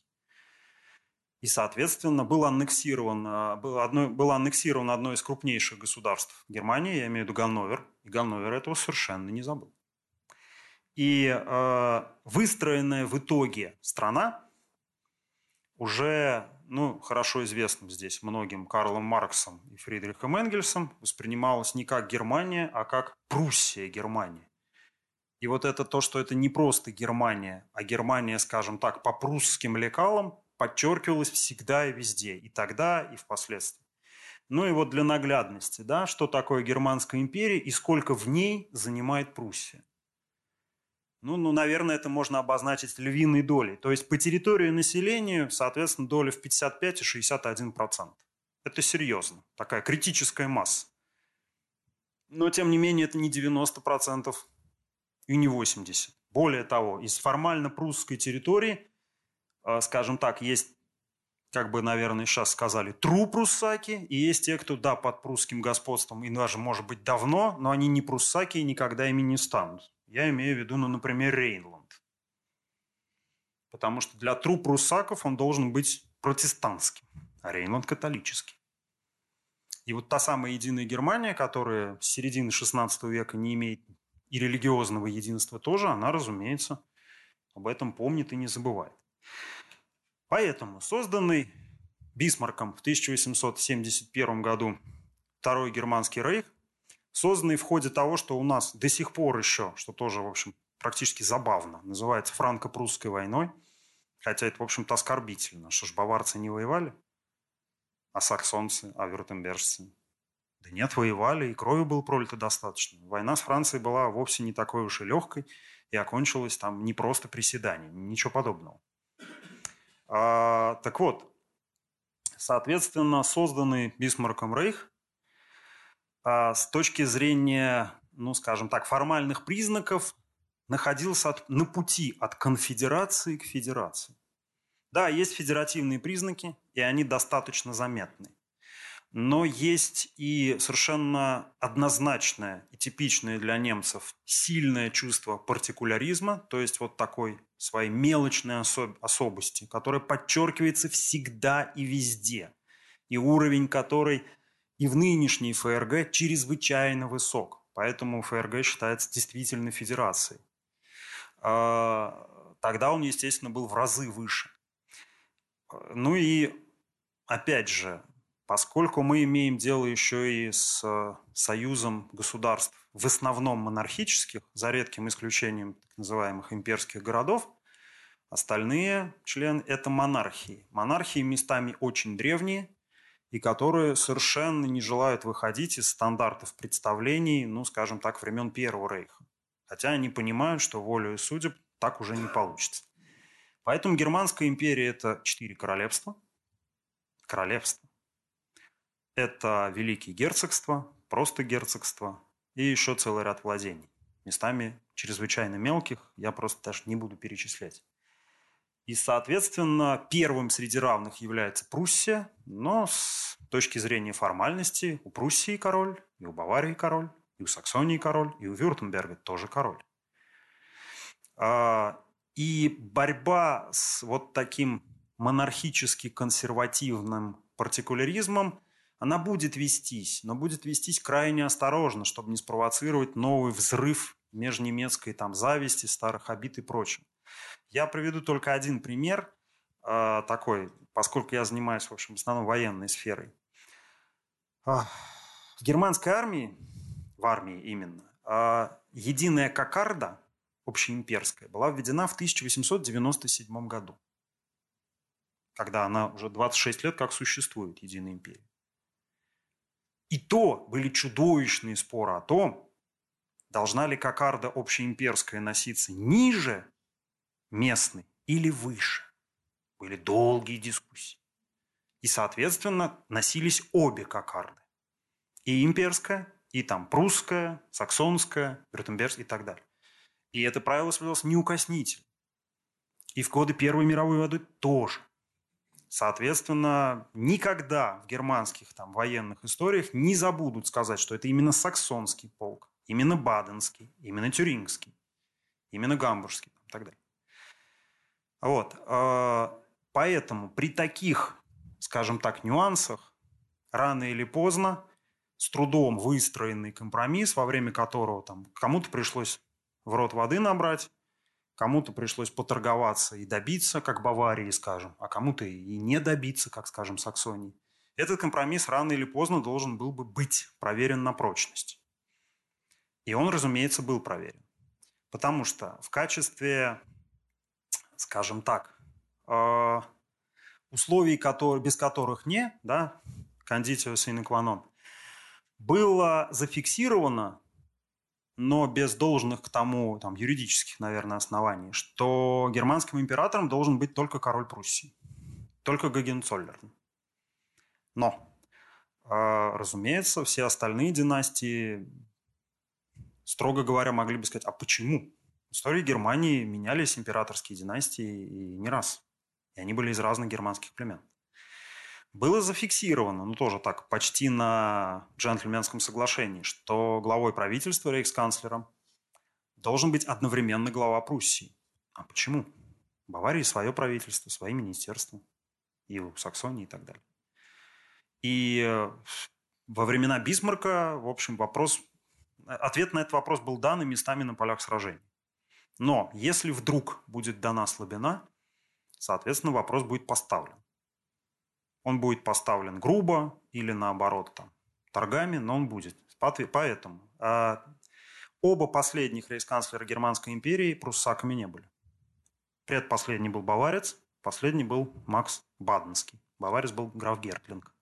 И, соответственно, было аннексировано одно из крупнейших государств Германии, я имею в виду Ганновер. И Ганновер этого совершенно не забыл. И выстроенная в итоге страна уже, ну, хорошо известным здесь многим Карлом Марксом и Фридрихом Энгельсом воспринималась не как Германия, а как Пруссия Германия. И вот это то, что это не просто Германия, а Германия, скажем так, по прусским лекалам, подчеркивалось всегда и везде, и тогда, и впоследствии. Ну и вот для наглядности, да, что такое Германская империя и сколько в ней занимает Пруссия. Ну, наверное, это можно обозначить львиной долей. То есть по территории населения, соответственно, доля в 55 и 61%. Это серьезно. Такая критическая масса. Но, тем не менее, это не 90% и не 80%. Более того, из формально прусской территории, скажем так, есть, как бы, наверное, сейчас сказали, true пруссаки, и есть те, кто, да, под прусским господством, и даже, может быть, давно, но они не пруссаки и никогда ими не станут. Я имею в виду, ну, например, Рейнланд. Потому что для true пруссаков он должен быть протестантским, а Рейнланд католический. И вот та самая единая Германия, которая с середины XVI века не имеет и религиозного единства тоже, она, разумеется, об этом помнит и не забывает. Поэтому созданный Бисмарком в 1871 году Второй Германский рейх, созданный в ходе того, что у нас до сих пор еще, что тоже, в общем, практически забавно, называется франко-прусской войной, хотя это, в общем-то, оскорбительно, что ж баварцы не воевали, а саксонцы, а вюртембержцы. Да нет, воевали, и крови было пролито достаточно. Война с Францией была вовсе не такой уж и легкой, и окончилась там не просто приседанием, ничего подобного. Так вот, соответственно, созданный Бисмарком рейх с точки зрения, ну, скажем так, формальных признаков находился на пути от конфедерации к федерации. Да, есть федеративные признаки, и они достаточно заметны. Но есть и совершенно однозначное и типичное для немцев сильное чувство партикуляризма, то есть вот такой своей мелочной особости, которая подчеркивается всегда и везде, и уровень которой и в нынешней ФРГ чрезвычайно высок. Поэтому ФРГ считается действительно федерацией. Тогда он, естественно, был в разы выше. Ну и, опять же, Поскольку мы имеем дело еще и с союзом государств, в основном монархических, за редким исключением так называемых имперских городов, остальные члены – это монархии. Монархии местами очень древние, и которые совершенно не желают выходить из стандартов представлений, ну, скажем так, времен Первого Рейха. Хотя они понимают, что волею судеб так уже не получится. Поэтому Германская империя – это 4 королевства. Королевства. Это великие герцогства, просто герцогства и еще целый ряд владений. Местами чрезвычайно мелких, я просто даже не буду перечислять. И, соответственно, первым среди равных является Пруссия, но с точки зрения формальности у Пруссии король, и у Баварии король, и у Саксонии король, и у Вюртемберга тоже король. И борьба с вот таким монархически консервативным партикуляризмом, она будет вестись, но будет вестись крайне осторожно, чтобы не спровоцировать новый взрыв межнемецкой там зависти, старых обид и прочего. Я приведу только один пример такой, поскольку я занимаюсь, в общем, в основном военной сферой. В германской армии, в армии именно, единая кокарда, общеимперская, была введена в 1897 году, когда она уже 26 лет как существует, единая империя. И то были чудовищные споры о том, должна ли кокарда общеимперская носиться ниже местной или выше. Были долгие дискуссии. И, соответственно, носились обе кокарды. И имперская, и там прусская, саксонская, вюртембергская и так далее. И это правило соблюдалось неукоснительно. И в годы Первой мировой войны тоже. Соответственно, никогда в германских там военных историях не забудут сказать, что это именно саксонский полк, именно баденский, именно тюрингский, именно гамбургский и так далее. Вот. Поэтому при таких, скажем так, нюансах рано или поздно с трудом выстроенный компромисс, во время которого там кому-то пришлось в рот воды набрать, кому-то пришлось поторговаться и добиться, как Баварии, скажем, а кому-то и не добиться, как, скажем, Саксонии. Этот компромисс рано или поздно должен был бы быть проверен на прочность. И он, разумеется, был проверен. Потому что в качестве, скажем так, условий, без которых не, да, кондитио sine qua non, было зафиксировано, но без должных к тому там, юридических, наверное, оснований, что германским императором должен быть только король Пруссии, только Гогенцоллерн. Но, разумеется, все остальные династии, строго говоря, могли бы сказать, а почему? В истории Германии менялись императорские династии и не раз. И они были из разных германских племен. Было зафиксировано, ну тоже так, почти на джентльменском соглашении, что главой правительства, рейхсканцлером, должен быть одновременно глава Пруссии. А почему? В Баварии свое правительство, свои министерства, и в Саксонии и так далее. И во времена Бисмарка, в общем, ответ на этот вопрос был дан и местами на полях сражений. Но если вдруг будет дана слабина, соответственно, вопрос будет поставлен. Он будет поставлен грубо или, наоборот, там, торгами, но он будет. Поэтому оба последних рейхсканцлера Германской империи пруссаками не были. Предпоследний был баварец, последний был Макс Баденский. Баварец был граф Гертлинг.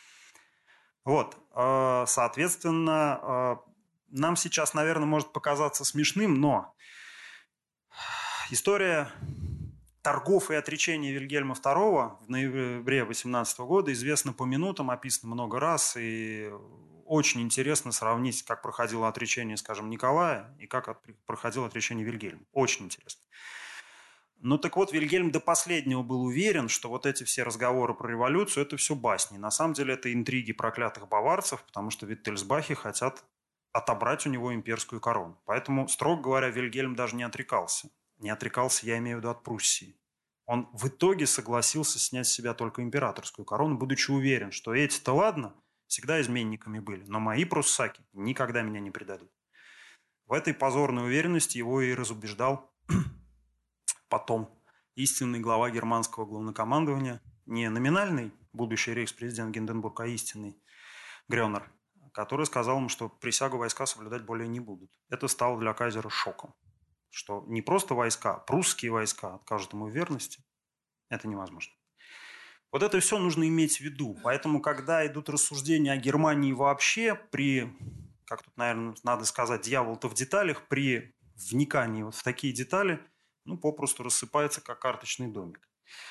Вот, соответственно, нам сейчас, наверное, может показаться смешным, но история торгов и отречений Вильгельма II в ноябре 18 года известна по минутам, описано много раз, и очень интересно сравнить, как проходило отречение, скажем, Николая и как проходило отречение Вильгельма. Очень интересно. Ну так вот, Вильгельм до последнего был уверен, что вот эти все разговоры про революцию – это все басни. На самом деле это интриги проклятых баварцев, потому что Виттельсбахи хотят отобрать у него имперскую корону. Поэтому, строго говоря, Вильгельм даже не отрекался. Не отрекался, я имею в виду, от Пруссии. Он в итоге согласился снять с себя только императорскую корону, будучи уверен, что эти-то ладно, всегда изменниками были, но мои пруссаки никогда меня не предадут. В этой позорной уверенности его и разубеждал потом истинный глава германского главнокомандования не номинальный будущий рейхспрезидент Гинденбург, а истинный Грёнер, который сказал им, что присягу войска соблюдать более не будут. Это стало для кайзера шоком, что не просто войска, прусские войска откажут ему в верности. Это невозможно. Вот это все нужно иметь в виду. Поэтому, когда идут рассуждения о Германии вообще, как тут, наверное, надо сказать, дьявол-то в деталях, при вникании вот в такие детали, попросту рассыпается, как карточный домик.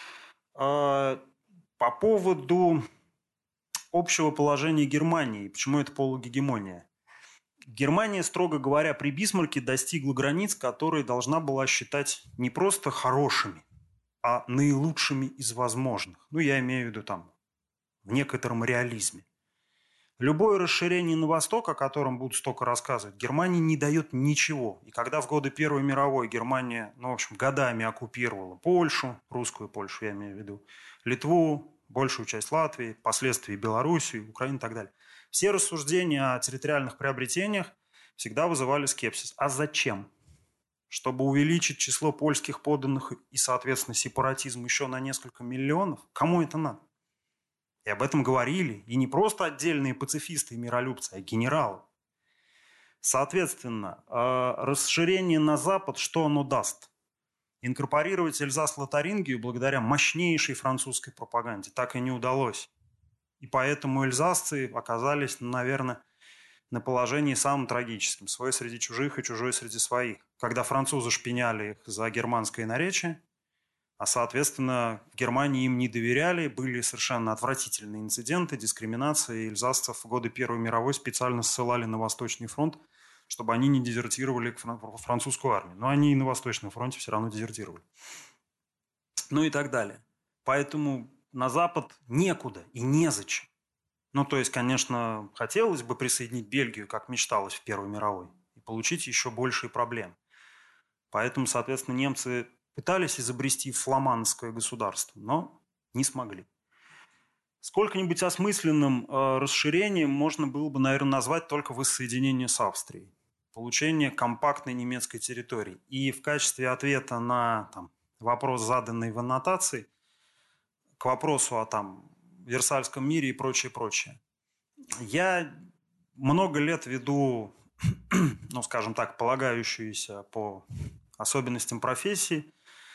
По поводу общего положения Германии, почему это полугегемония. Германия, строго говоря, при Бисмарке достигла границ, которые должна была считать не просто хорошими, а наилучшими из возможных. Я имею в виду там в некотором реализме. Любое расширение на восток, о котором будут столько рассказывать, Германии не дает ничего. И когда в годы Первой мировой Германия, годами оккупировала Польшу, русскую Польшу я имею в виду, Литву, большую часть Латвии, впоследствии Белоруссию, Украину и так далее. Все рассуждения о территориальных приобретениях всегда вызывали скепсис. А зачем? Чтобы увеличить число польских подданных и, соответственно, сепаратизм еще на несколько миллионов? Кому это надо? И об этом говорили. И не просто отдельные пацифисты и миролюбцы, а генералы. Соответственно, расширение на запад, что оно даст? Инкорпорировать Эльзас-Лотарингию благодаря мощнейшей французской пропаганде так и не удалось. И поэтому эльзасцы оказались, наверное, на положении самым трагическим. Свой среди чужих и чужой среди своих. Когда французы шпиняли их за германское наречие, а, соответственно, в Германии им не доверяли, были совершенно отвратительные инциденты, дискриминации. Эльзасцев в годы Первой мировой специально ссылали на Восточный фронт, чтобы они не дезертировали в французскую армию. Но они и на Восточном фронте все равно дезертировали. И так далее. Поэтому на Запад некуда и незачем. То есть, конечно, хотелось бы присоединить Бельгию, как мечталось в Первой мировой, и получить еще большие проблемы. Поэтому, соответственно, немцы пытались изобрести фламандское государство, но не смогли. Сколько-нибудь осмысленным расширением можно было бы, наверное, назвать только воссоединение с Австрией. Получение компактной немецкой территории. И в качестве ответа на вопрос, заданный в аннотации, к вопросу о Версальском мире и прочее. Я много лет веду, скажем так, полагающуюся по особенностям профессии,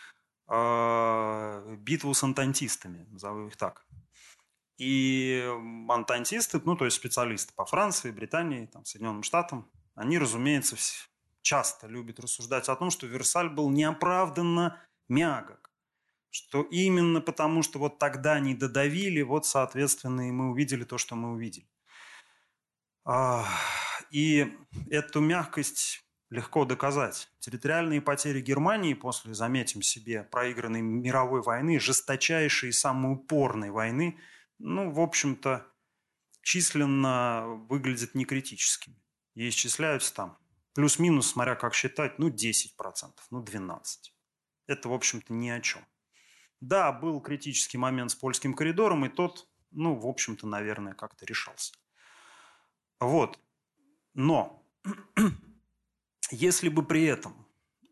битву с антантистами, назову их так. И антантисты, то есть специалисты по Франции, Британии, Соединенным Штатам, они, разумеется, часто любят рассуждать о том, что Версаль был неоправданно мягок. Что именно потому, что вот тогда не додавили, соответственно, и мы увидели то, что мы увидели. И эту мягкость легко доказать. Территориальные потери Германии после, заметим себе, проигранной мировой войны, жесточайшей и самой упорной войны, в общем-то, численно выглядят некритическими. И исчисляются плюс-минус, смотря как считать, 10%, 12%. Это, в общем-то, ни о чем. Да, был критический момент с польским коридором, и тот, в общем-то, наверное, как-то решался. Но если бы при этом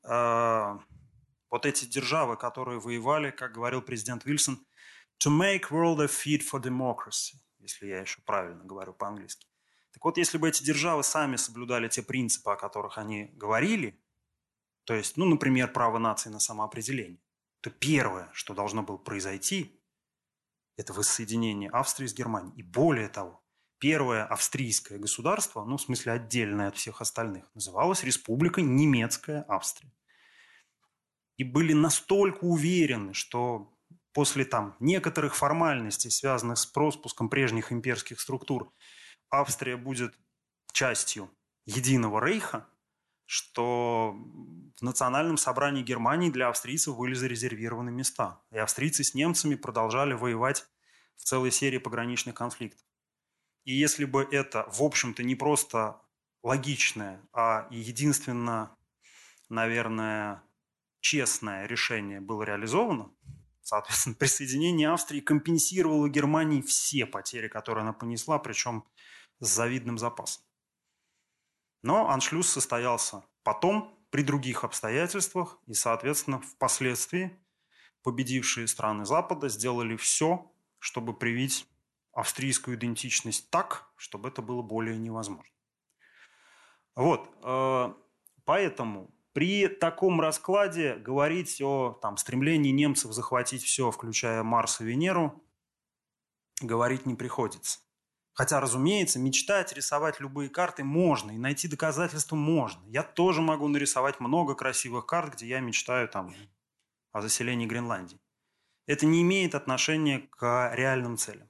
эти державы, которые воевали, как говорил президент Вильсон, to make world a fit for democracy, если я еще правильно говорю по-английски. Так вот, если бы эти державы сами соблюдали те принципы, о которых они говорили, то есть, например, право нации на самоопределение, то первое, что должно было произойти, это воссоединение Австрии с Германией. И более того, первое австрийское государство, в смысле отдельное от всех остальных, называлось Республика Немецкая Австрия. И были настолько уверены, что после некоторых формальностей, связанных с распуском прежних имперских структур, Австрия будет частью единого рейха, что в национальном собрании Германии для австрийцев были зарезервированы места. И австрийцы с немцами продолжали воевать в целой серии пограничных конфликтов. И если бы это, в общем-то, не просто логичное, а и единственно, наверное, честное решение было реализовано, соответственно, присоединение Австрии компенсировало Германии все потери, которые она понесла, причем с завидным запасом. Но аншлюз состоялся потом, при других обстоятельствах, и, соответственно, впоследствии победившие страны Запада сделали все, чтобы привить австрийскую идентичность так, чтобы это было более невозможно. Вот, поэтому при таком раскладе говорить о стремлении немцев захватить все, включая Марс и Венеру, говорить не приходится. Хотя, разумеется, мечтать, рисовать любые карты можно, и найти доказательства можно. Я тоже могу нарисовать много красивых карт, где я мечтаю о заселении Гренландии. Это не имеет отношения к реальным целям.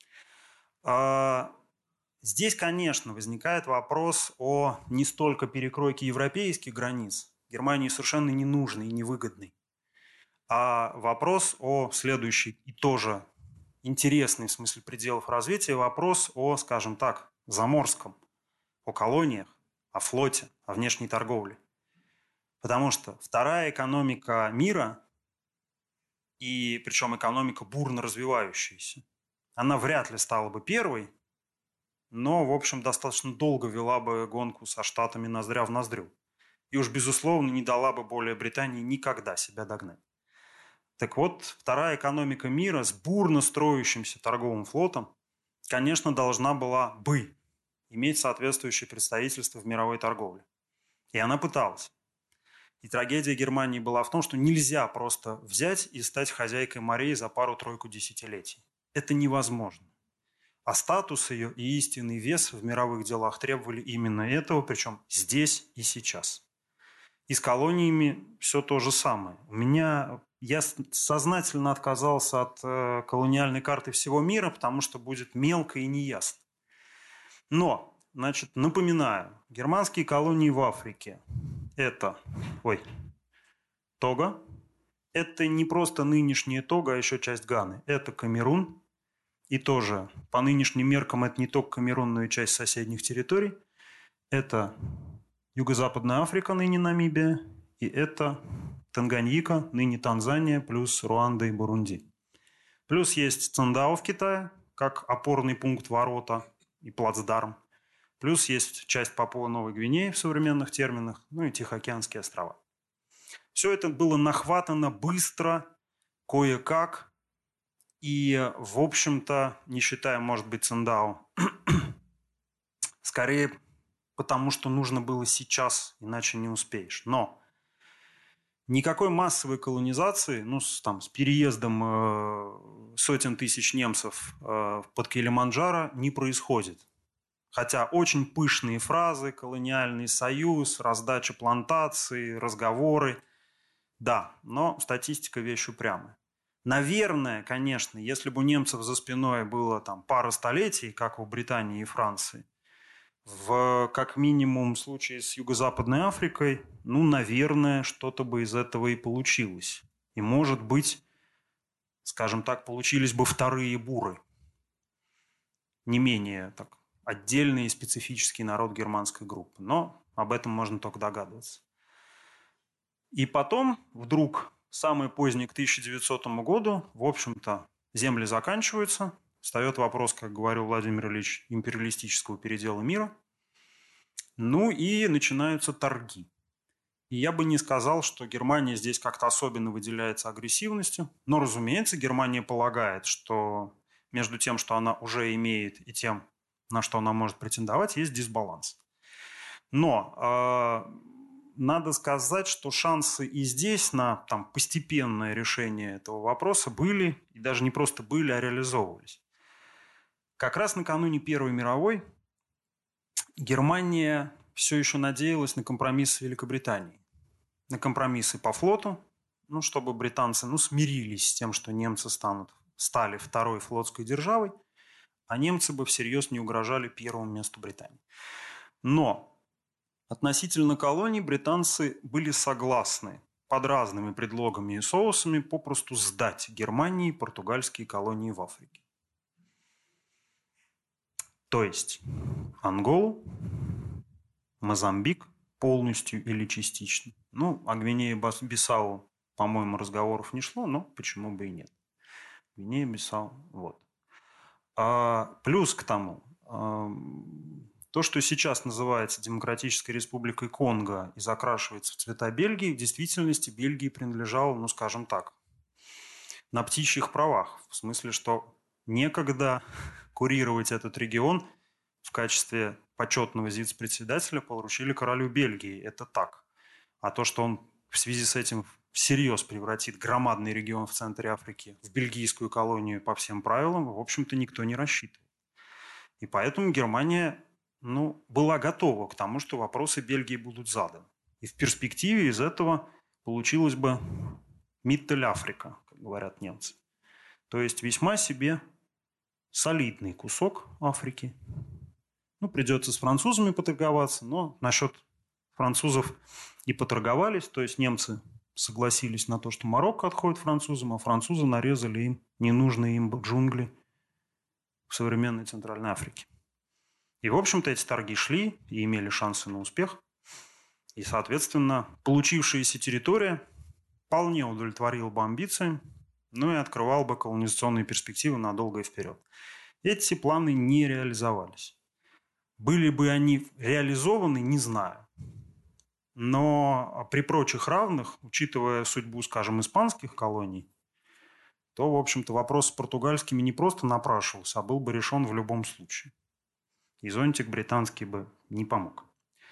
Здесь, конечно, возникает вопрос о не столько перекройке европейских границ, Германии совершенно ненужный и невыгодный, а вопрос о следующий и тоже интересный в смысле пределов развития, вопрос о, скажем так, заморском, о колониях, о флоте, о внешней торговле. Потому что вторая экономика мира, и причем экономика бурно развивающаяся, она вряд ли стала бы первой, но, в общем, достаточно долго вела бы гонку со Штатами ноздря в ноздрю. И уж, безусловно, не дала бы более Британии никогда себя догнать. Так вот, вторая экономика мира с бурно строящимся торговым флотом, конечно, должна была бы иметь соответствующее представительство в мировой торговле. И она пыталась. И трагедия Германии была в том, что нельзя просто взять и стать хозяйкой морей за пару-тройку десятилетий. Это невозможно. А статус ее и истинный вес в мировых делах требовали именно этого, причем здесь и сейчас. И с колониями все то же самое. Я сознательно отказался от колониальной карты всего мира, потому что будет мелко и неясно. Но, напоминаю, германские колонии в Африке – это Того. Это не просто нынешняя Того, а еще часть Ганы. Это Камерун. И тоже по нынешним меркам это не только Камерун, но и часть соседних территорий. Это Юго-Западная Африка, ныне Намибия. И это Танганьика, ныне Танзания, плюс Руанда и Бурунди. Плюс есть Циндао в Китае, как опорный пункт ворота и плацдарм. Плюс есть часть Папуа-Новой Гвинеи в современных терминах, ну и Тихоокеанские острова. Все это было нахватано быстро, кое-как. И, в общем-то, не считая, может быть, Циндао, скорее потому, что нужно было сейчас, иначе не успеешь. Но никакой массовой колонизации, с переездом сотен тысяч немцев под Килиманджаро не происходит. Хотя очень пышные фразы, колониальный союз, раздача плантаций, разговоры. Да, но статистика вещь упрямая. Наверное, конечно, если бы у немцев за спиной было пара столетий, как у Британии и Франции, в как минимум случае с Юго-Западной Африкой, наверное, что-то бы из этого и получилось. И, может быть, скажем так, получились бы вторые буры. Не менее отдельный и специфический народ германской группы. Но об этом можно только догадываться. И потом вдруг, самое позднее, к 1900 году, в общем-то, земли заканчиваются. Встает вопрос, как говорил Владимир Ильич, империалистического передела мира. И начинаются торги. И я бы не сказал, что Германия здесь как-то особенно выделяется агрессивностью. Но, разумеется, Германия полагает, что между тем, что она уже имеет, и тем, на что она может претендовать, есть дисбаланс. Но надо сказать, что шансы и здесь на постепенное решение этого вопроса были, и даже не просто были, а реализовывались. Как раз накануне Первой мировой Германия все еще надеялась на компромисс с Великобританией. На компромиссы по флоту, чтобы британцы смирились с тем, что немцы стали второй флотской державой, а немцы бы всерьез не угрожали первому месту Британии. Но относительно колоний британцы были согласны под разными предлогами и соусами попросту сдать Германии португальские колонии в Африке. То есть Анголу, Мозамбик полностью или частично. О Гвинее-Бисау, по-моему, разговоров не шло, но почему бы и нет. Гвинея-Бисау, плюс к тому, то, что сейчас называется Демократической Республикой Конго и закрашивается в цвета Бельгии, в действительности Бельгии принадлежало, скажем так, на птичьих правах. В смысле, что некогда курировать этот регион в качестве почетного вице-председателя поручили королю Бельгии. Это так. А то, что он в связи с этим всерьез превратит громадный регион в центре Африки в бельгийскую колонию по всем правилам, в общем-то, никто не рассчитывал. И поэтому Германия была готова к тому, что вопросы Бельгии будут заданы. И в перспективе из этого получилась бы Миттель-Африка, как говорят немцы. То есть весьма себе солидный кусок Африки. Придется с французами поторговаться, но насчет французов и поторговались. То есть немцы согласились на то, что Марокко отходит французам, а французы нарезали им ненужные им джунгли в современной Центральной Африке. И, в общем-то, эти торги шли и имели шансы на успех. И, соответственно, получившаяся территория вполне удовлетворила бы амбициям, и открывал бы колонизационные перспективы надолго и вперед. Эти планы не реализовались. Были бы они реализованы, не знаю. Но при прочих равных, учитывая судьбу, скажем, испанских колоний, то, в общем-то, вопрос с португальскими не просто напрашивался, а был бы решен в любом случае. И зонтик британский бы не помог.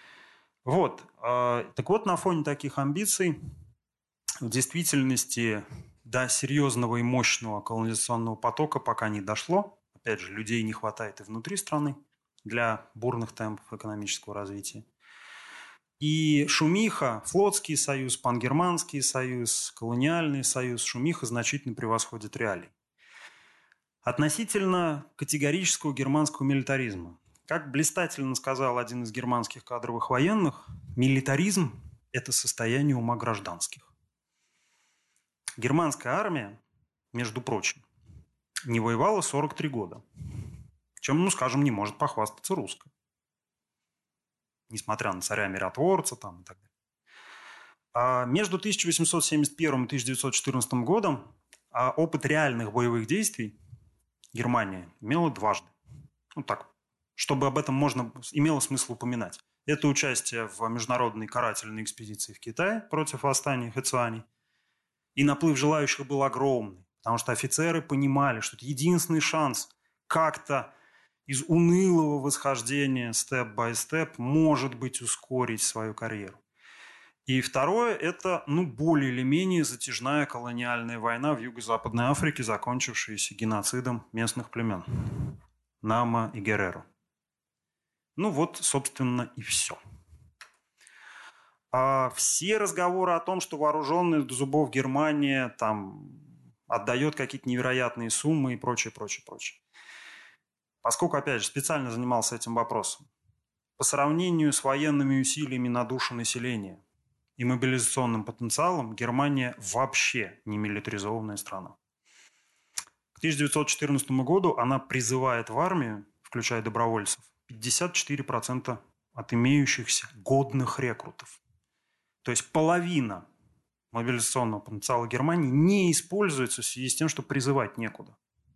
Так вот, на фоне таких амбиций в действительности до серьезного и мощного колонизационного потока пока не дошло. Опять же, людей не хватает и внутри страны для бурных темпов экономического развития. И шумиха, флотский союз, пангерманский союз, колониальный союз, шумиха значительно превосходит реалии. Относительно категорического германского милитаризма. Как блистательно сказал один из германских кадровых военных, милитаризм – это состояние ума гражданских. Германская армия, между прочим, не воевала 43 года. Чем, скажем, не может похвастаться русская. Несмотря на царя-миротворца и так далее. А между 1871 и 1914 годом опыт реальных боевых действий Германия имела дважды. Чтобы об этом имело смысл упоминать. Это участие в международной карательной экспедиции в Китае против восстания Хэцюаней. И наплыв желающих был огромный, потому что офицеры понимали, что это единственный шанс как-то из унылого восхождения степ-бай-степ, может быть, ускорить свою карьеру. И второе – это, более или менее затяжная колониальная война в Юго-Западной Африке, закончившаяся геноцидом местных племен Нама и Герреро. Собственно, и все. А все разговоры о том, что вооруженная до зубов Германия отдает какие-то невероятные суммы и прочее. Поскольку, опять же, специально занимался этим вопросом, по сравнению с военными усилиями на душу населения и мобилизационным потенциалом, Германия вообще не милитаризованная страна. К 1914 году она призывает в армию, включая добровольцев, 54% от имеющихся годных рекрутов. То есть половина мобилизационного потенциала Германии не используется в связи с тем, что призывать некуда.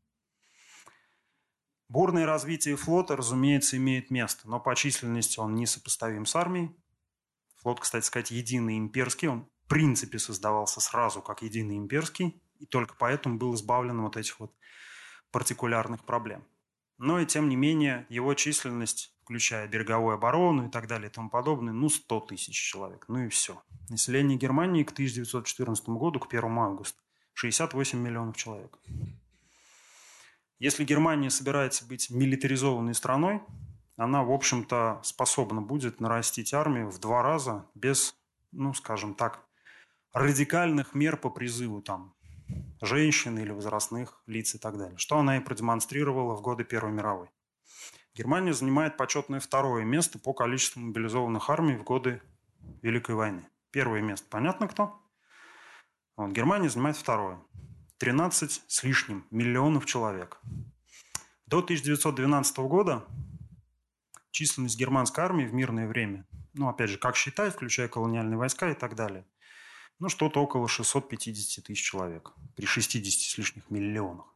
Бурное развитие флота, разумеется, имеет место, но по численности он несопоставим с армией. Флот, кстати сказать, единый имперский, он в принципе создавался сразу как единый имперский, и только поэтому был избавлен от этих партикулярных проблем. Но и тем не менее его численность, включая береговую оборону и так далее и тому подобное, 100 тысяч человек. И все. Население Германии к 1914 году, к 1 августа, 68 миллионов человек. Если Германия собирается быть милитаризованной страной, она, в общем-то, способна будет нарастить армию в 2 раза без, скажем так, радикальных мер по призыву женщин или возрастных лиц и так далее. Что она и продемонстрировала в годы Первой мировой. Германия занимает почетное 2-е место по количеству мобилизованных армий в годы Великой войны. 1-е место понятно кто? Германия занимает 2-е. 13 с лишним миллионов человек. До 1912 года численность германской армии в мирное время, опять же, как считать, включая колониальные войска и так далее, что-то около 650 тысяч человек при 60 с лишним миллионах.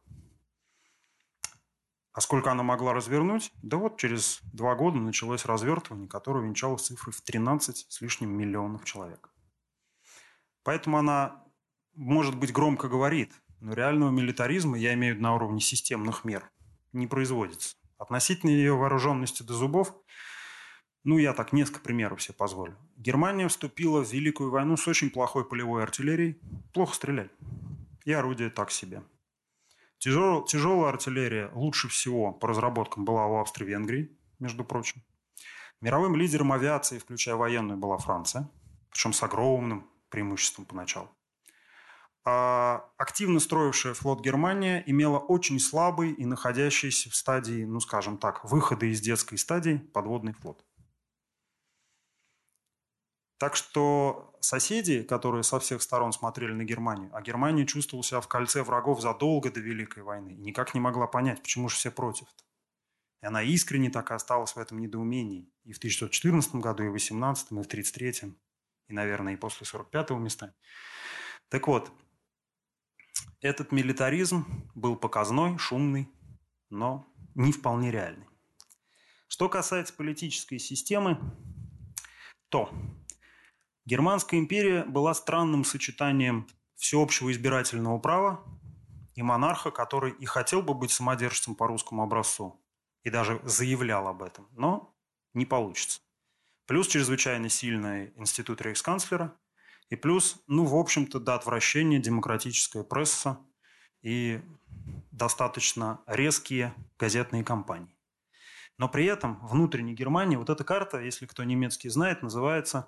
А сколько она могла развернуть? Через 2 года началось развертывание, которое венчалось цифрой в 13 с лишним миллионов человек. Поэтому она, может быть, громко говорит, но реального милитаризма, я имею в виду на уровне системных мер, не производится. Относительно ее вооруженности до зубов, я так несколько примеров себе позволю. Германия вступила в Великую войну с очень плохой полевой артиллерией, плохо стреляли, и орудия так себе. Тяжелая артиллерия лучше всего по разработкам была у Австро-Венгрии, между прочим. Мировым лидером авиации, включая военную, была Франция, причем с огромным преимуществом поначалу. А активно строившая флот Германия имела очень слабый и находящийся в стадии, скажем так, выхода из детской стадии подводный флот. Так что соседи, которые со всех сторон смотрели на Германию, а Германия чувствовала себя в кольце врагов задолго до Великой войны, и никак не могла понять, почему же все против-то. И она искренне так и осталась в этом недоумении. И в 1914 году, и в 1918, и в 1933, и, наверное, и после 1945 местами. Так вот, этот милитаризм был показной, шумный, но не вполне реальный. Что касается политической системы, то Германская империя была странным сочетанием всеобщего избирательного права и монарха, который и хотел бы быть самодержцем по русскому образцу, и даже заявлял об этом, но не получится. Плюс чрезвычайно сильный институт рейхсканцлера, и плюс, в общем-то, до отвращения демократическая пресса и достаточно резкие газетные кампании. Но при этом внутренней Германии, вот эта карта, если кто немецкий знает, называется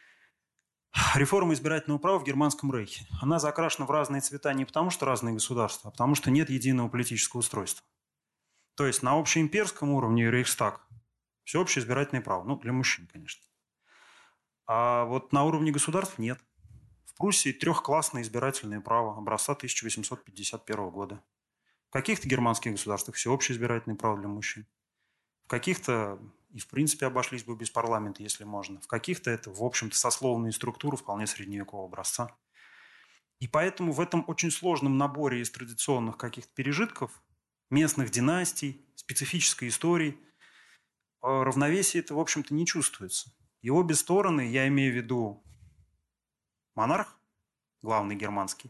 «Реформа избирательного права в Германском рейхе». Она закрашена в разные цвета не потому, что разные государства, а потому, что нет единого политического устройства. То есть на общеимперском уровне Рейхстаг – всеобщее избирательное право. Для мужчин, конечно. А вот на уровне государств нет. В Пруссии трехклассное избирательное право образца 1851 года. В каких-то германских государствах всеобщее избирательное право для мужчин. В каких-то и в принципе обошлись бы без парламента, если можно. В каких-то это, в общем-то, сословные структуры вполне средневекового образца. И поэтому в этом очень сложном наборе из традиционных каких-то пережитков, местных династий, специфической истории, равновесие это, в общем-то, не чувствуется. И обе стороны, я имею в виду монарх, главный германский,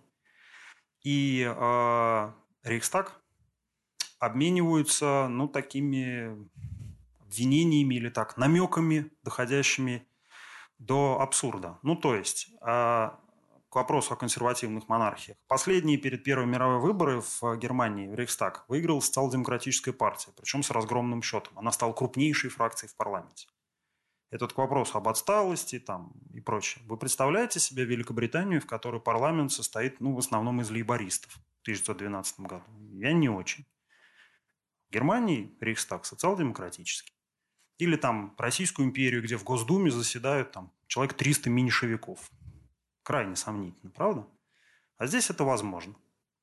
и Рейхстаг, обмениваются, такими обвинениями или так, намеками, доходящими до абсурда. То есть, к вопросу о консервативных монархиях. Последние перед Первой мировой выборы в Германии, в Рейхстаг, выиграла социал-демократическая партия, причем с разгромным счетом. Она стала крупнейшей фракцией в парламенте. Этот к вопросу об отсталости и прочее. Вы представляете себе Великобританию, в которой парламент состоит, в основном из лейбористов в 1912 году? Я не очень. В Германии Рейхстаг социал-демократический. Или Российскую империю, где в Госдуме заседают человек 300 меньшевиков. Крайне сомнительно, правда? А здесь это возможно.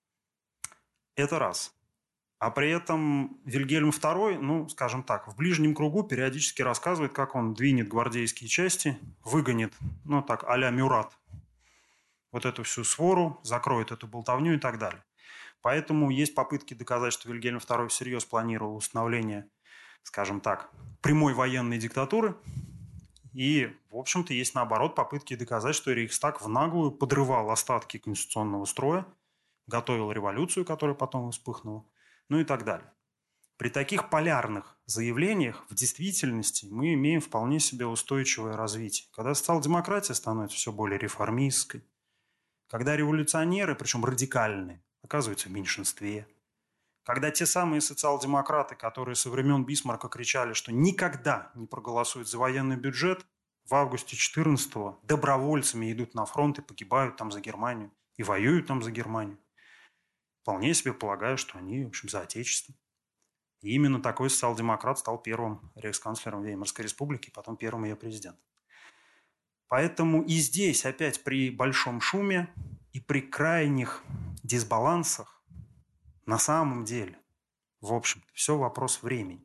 Это раз. А при этом Вильгельм II, скажем так, в ближнем кругу периодически рассказывает, как он двинет гвардейские части, выгонит, а-ля Мюрат, вот эту всю свору, закроет эту болтовню и так далее. Поэтому есть попытки доказать, что Вильгельм II всерьез планировал установление, скажем так, прямой военной диктатуры. И, в общем-то, есть, наоборот, попытки доказать, что Рейхстаг в наглую подрывал остатки конституционного строя, готовил революцию, которая потом вспыхнула, и так далее. При таких полярных заявлениях в действительности мы имеем вполне себе устойчивое развитие. Когда социал-демократия становится все более реформистской, когда революционеры, причем радикальные, оказываются в меньшинстве, когда те самые социал-демократы, которые со времен Бисмарка кричали, что никогда не проголосуют за военный бюджет, в августе 14-го добровольцами идут на фронт и погибают там за Германию, и воюют там за Германию. Вполне себе полагаю, что они, в общем, за Отечество. И именно такой социал-демократ стал первым рейхсканцлером Веймарской республики, потом первым ее президентом. Поэтому и здесь опять при большом шуме и при крайних дисбалансах на самом деле, в общем-то, все вопрос времени.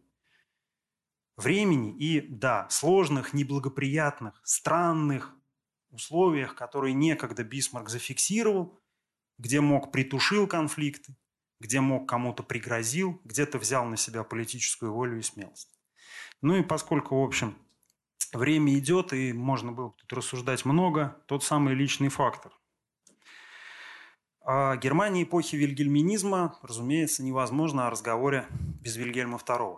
Времени и, да, сложных, неблагоприятных, странных условиях, которые некогда Бисмарк зафиксировал, где мог притушил конфликты, где мог кому-то пригрозил, где-то взял на себя политическую волю и смелость. И поскольку, в общем, время идет, и можно было тут рассуждать много, тот самый личный фактор. О Германии эпохи вильгельминизма, разумеется, невозможно о разговоре без Вильгельма II.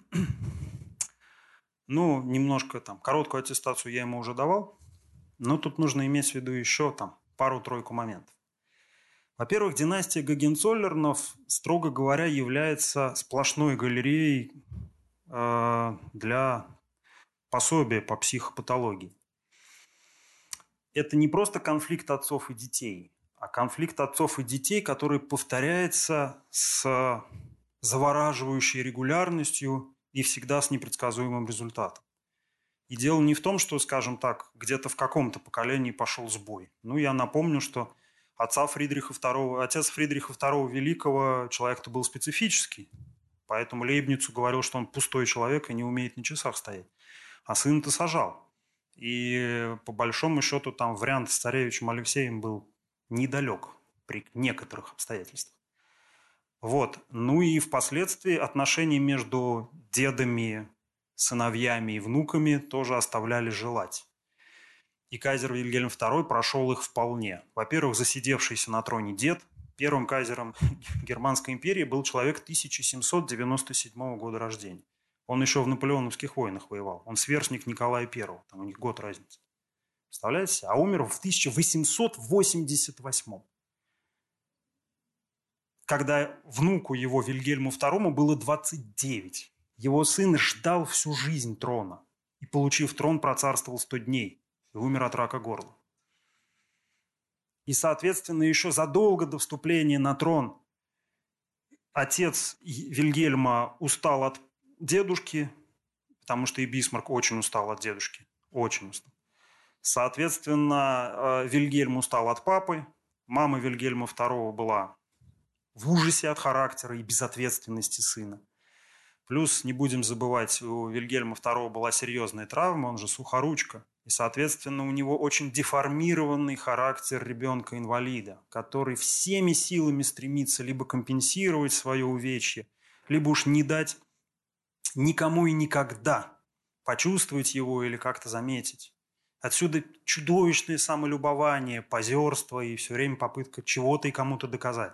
Ну, немножко там, короткую аттестацию я ему уже давал, но тут нужно иметь в виду еще там пару-тройку моментов. Во-первых, династия Гогенцоллернов, строго говоря, является сплошной галереей для пособия по психопатологии. Это не просто конфликт отцов и детей, а конфликт отцов и детей, который повторяется с завораживающей регулярностью и всегда с непредсказуемым результатом. И дело не в том, что, скажем так, где-то в каком-то поколении пошел сбой. Ну, я напомню, что отец Фридриха II Великого человек-то был специфический, поэтому Лейбницу говорил, что он пустой человек и не умеет на часах стоять. А сын-то сажал. И по большому счету там вариант с царевичем Алексеем был недалек при некоторых обстоятельствах. Вот. Ну и впоследствии отношения между дедами, сыновьями и внуками тоже оставляли желать. И кайзер Вильгельм II прошел их вполне. Во-первых, засидевшийся на троне дед. Первым кайзером Германской империи был человек 1797 года рождения. Он еще в наполеоновских войнах воевал. Он сверстник Николая I. Там у них год разницы. Представляете? А умер в 1888. Когда внуку его, Вильгельму II, было 29. Его сын ждал всю жизнь трона. И, получив трон, процарствовал 100 дней. И умер от рака горла. И, соответственно, еще задолго до вступления на трон отец Вильгельма устал от дедушки, потому что и Бисмарк очень устал от дедушки. Очень устал. Соответственно, Вильгельм устал от папы. Мама Вильгельма II была в ужасе от характера и безответственности сына. Плюс, не будем забывать, у Вильгельма II была серьезная травма, он же сухоручка. И, соответственно, у него очень деформированный характер ребенка-инвалида, который всеми силами стремится либо компенсировать свое увечье, либо уж не дать никому и никогда почувствовать его или как-то заметить. Отсюда чудовищное самолюбование, позерство и все время попытка чего-то и кому-то доказать.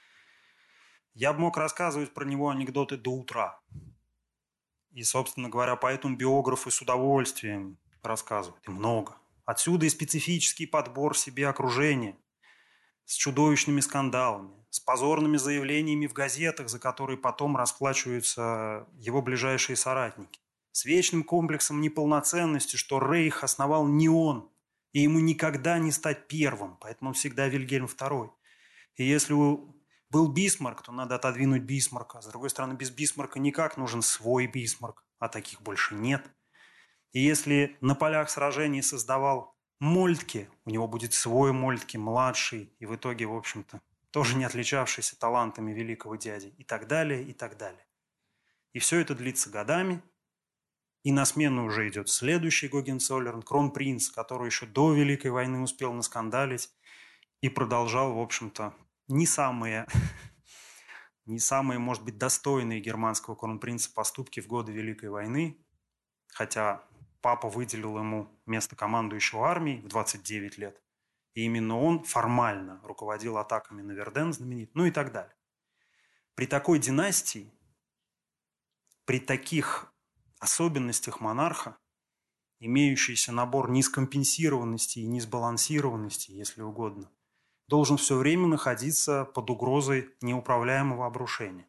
Я бы мог рассказывать про него анекдоты до утра. И, собственно говоря, поэтому биографы с удовольствием рассказывают. И много. Отсюда и специфический подбор себе окружения с чудовищными скандалами, с позорными заявлениями в газетах, за которые потом расплачиваются его ближайшие соратники. С вечным комплексом неполноценности, что Рейх основал не он, и ему никогда не стать первым, поэтому он всегда Вильгельм II. И если был Бисмарк, то надо отодвинуть Бисмарка. С другой стороны, без Бисмарка никак, нужен свой Бисмарк, а таких больше нет. И если на полях сражений создавал Мольтке, у него будет свой Мольтке, младший, и в итоге, в общем-то, тоже не отличавшийся талантами великого дяди, и так далее, и так далее. И все это длится годами, и на смену уже идет следующий Гогенцоллерн, кронпринц, который еще до Великой войны успел наскандалить и продолжал, в общем-то, не самые, может быть, достойные германского кронпринца поступки в годы Великой войны, хотя папа выделил ему место командующего армией в 29 лет, и именно он формально руководил атаками на Верден, знаменит, ну и так далее. При такой династии, при таких особенностях монарха, имеющийся набор нескомпенсированности и несбалансированности, если угодно, должен все время находиться под угрозой неуправляемого обрушения.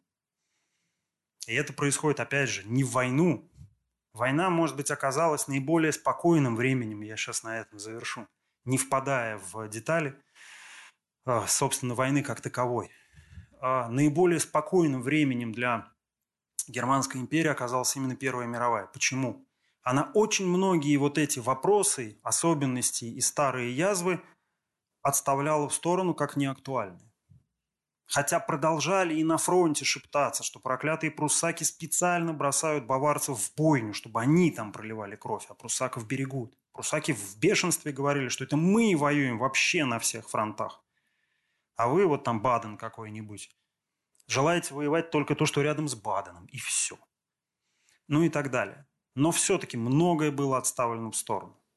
И это происходит, опять же, не в войну. Война, может быть, оказалась наиболее спокойным временем, я сейчас на этом завершу, не впадая в детали, собственно, войны как таковой. Наиболее спокойным временем для Германской империи оказалась именно Первая мировая. Почему? Она очень многие вот эти вопросы, особенности и старые язвы отставляла в сторону как неактуальные. Хотя продолжали и на фронте шептаться, что проклятые пруссаки специально бросают баварцев в бойню, чтобы они там проливали кровь, а пруссаков берегут. Пруссаки в бешенстве говорили, что это мы воюем вообще на всех фронтах. А вы вот там Баден какой-нибудь. Желаете воевать только то, что рядом с Баденом, и все. Ну и так далее. Но все-таки многое было отставлено в сторону.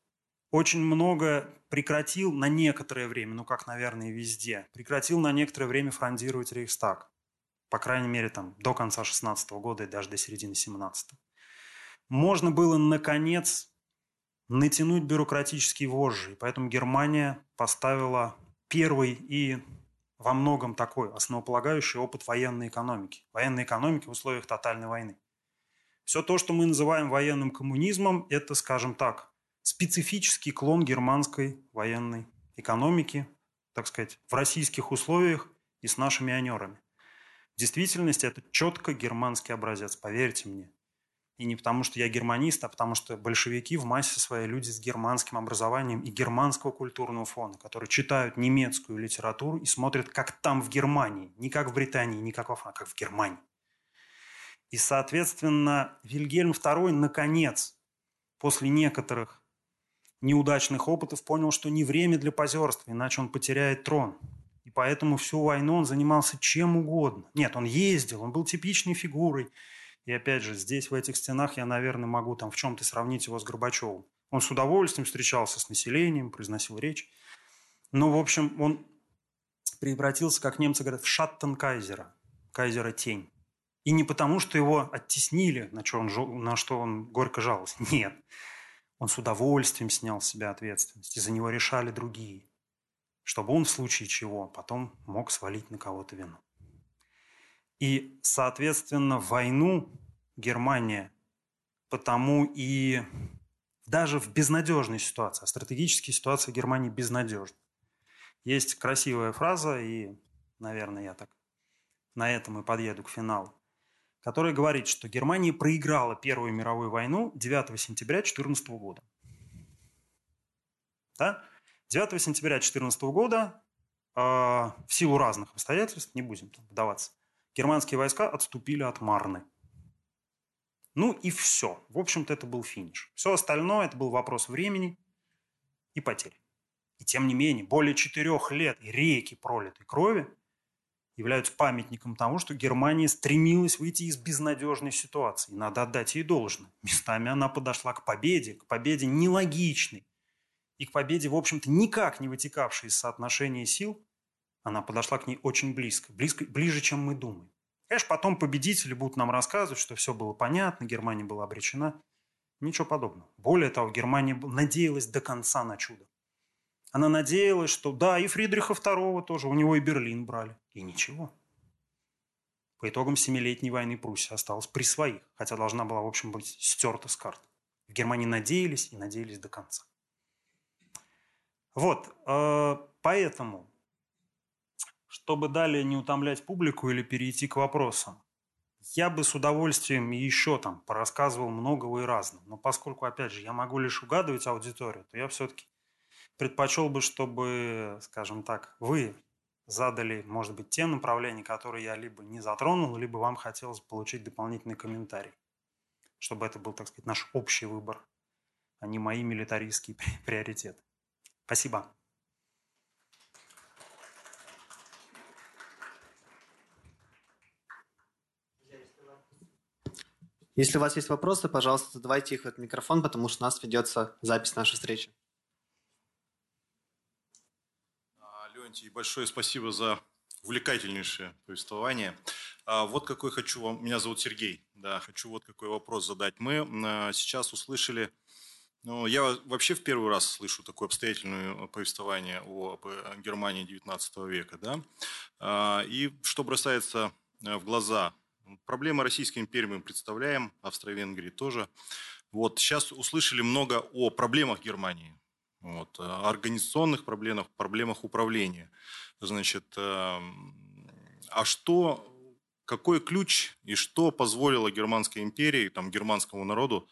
очень много прекратил на некоторое время, ну как, наверное, и везде, прекратил на некоторое время фрондировать Рейхстаг. По крайней мере, там, до конца 16 года и даже до середины 17. Можно было, наконец, натянуть бюрократические вожжи. И поэтому Германия поставила первый и во многом такой основополагающий опыт военной экономики. Военной экономики в условиях тотальной войны. Все то, что мы называем военным коммунизмом, это, скажем так, специфический клон германской военной экономики, так сказать, в российских условиях и с нашими анерами. В действительности это четко германский образец, поверьте мне. И не потому, что я германист, а потому что большевики в массе своей люди с германским образованием и германского культурного фона, которые читают немецкую литературу и смотрят, как там в Германии, не как в Британии, не как во Франции, а как в Германии. И, соответственно, Вильгельм II, наконец, после некоторых неудачных опытов, понял, что не время для позерства, иначе он потеряет трон. И поэтому всю войну он занимался чем угодно. Нет, он ездил, он был типичной фигурой. И опять же, здесь, в этих стенах, я, наверное, могу там в чем-то сравнить его с Горбачевым. Он с удовольствием встречался с населением, произносил речь. Но, в общем, он превратился, как немцы говорят, в шаттенкайзера, кайзера-тень. И не потому, что его оттеснили, на что он горько жаловался. Нет. Он с удовольствием снял с себя ответственность. И за него решали другие. Чтобы он в случае чего потом мог свалить на кого-то вину. И, соответственно, войну Германия потому и даже в безнадежной ситуации, а стратегические ситуации Германии безнадежны. Есть красивая фраза, и, наверное, я так на этом и подъеду к финалу, которая говорит, что Германия проиграла Первую мировую войну 9 сентября 2014 года. Да? 9 сентября 2014 года в силу разных обстоятельств, не будем там вдаваться, германские войска отступили от Марны. Ну и все. В общем-то, это был финиш. Все остальное – это был вопрос времени и потерь. И тем не менее, более 4 лет и реки пролитой крови являются памятником тому, что Германия стремилась выйти из безнадежной ситуации. Надо отдать ей должное. Местами она подошла к победе нелогичной. И к победе, в общем-то, никак не вытекавшей из соотношения сил, она подошла к ней очень близко, ближе, чем мы думаем. Конечно, потом победители будут нам рассказывать, что все было понятно, Германия была обречена. Ничего подобного. Более того, Германия надеялась до конца на чудо. Она надеялась, что да, и Фридриха II тоже, у него и Берлин брали. И ничего. По итогам 7-летней войны Пруссия осталась при своих, хотя должна была, в общем, быть стерта с карт. В Германии надеялись и надеялись до конца. Вот, поэтому, чтобы далее не утомлять публику или перейти к вопросам, я бы с удовольствием еще там порассказывал многого и разного. Но поскольку, опять же, я могу лишь угадывать аудиторию, то я все-таки предпочел бы, чтобы, скажем так, вы задали, может быть, те направления, которые я либо не затронул, либо вам хотелось получить дополнительный комментарий. Чтобы это был, так сказать, наш общий выбор, а не мои милитаристские приоритеты. Спасибо. Если у вас есть вопросы, пожалуйста, задавайте их в этот микрофон, потому что у нас ведется запись нашей встречи. Леонтий, большое спасибо за увлекательнейшее повествование. Вот какой хочу вам... Меня зовут Сергей. Да, хочу вот какой вопрос задать. Мы сейчас услышали... Ну, я вообще в первый раз слышу такое обстоятельное повествование о Германии XIX века. Да? И что бросается в глаза? Проблемы Российской империи мы представляем, Австро-Венгрии тоже. Вот сейчас услышали много о проблемах Германии. Вот, о организационных проблемах управления. Значит, а какой ключ и что позволило Германской империи, там, германскому народу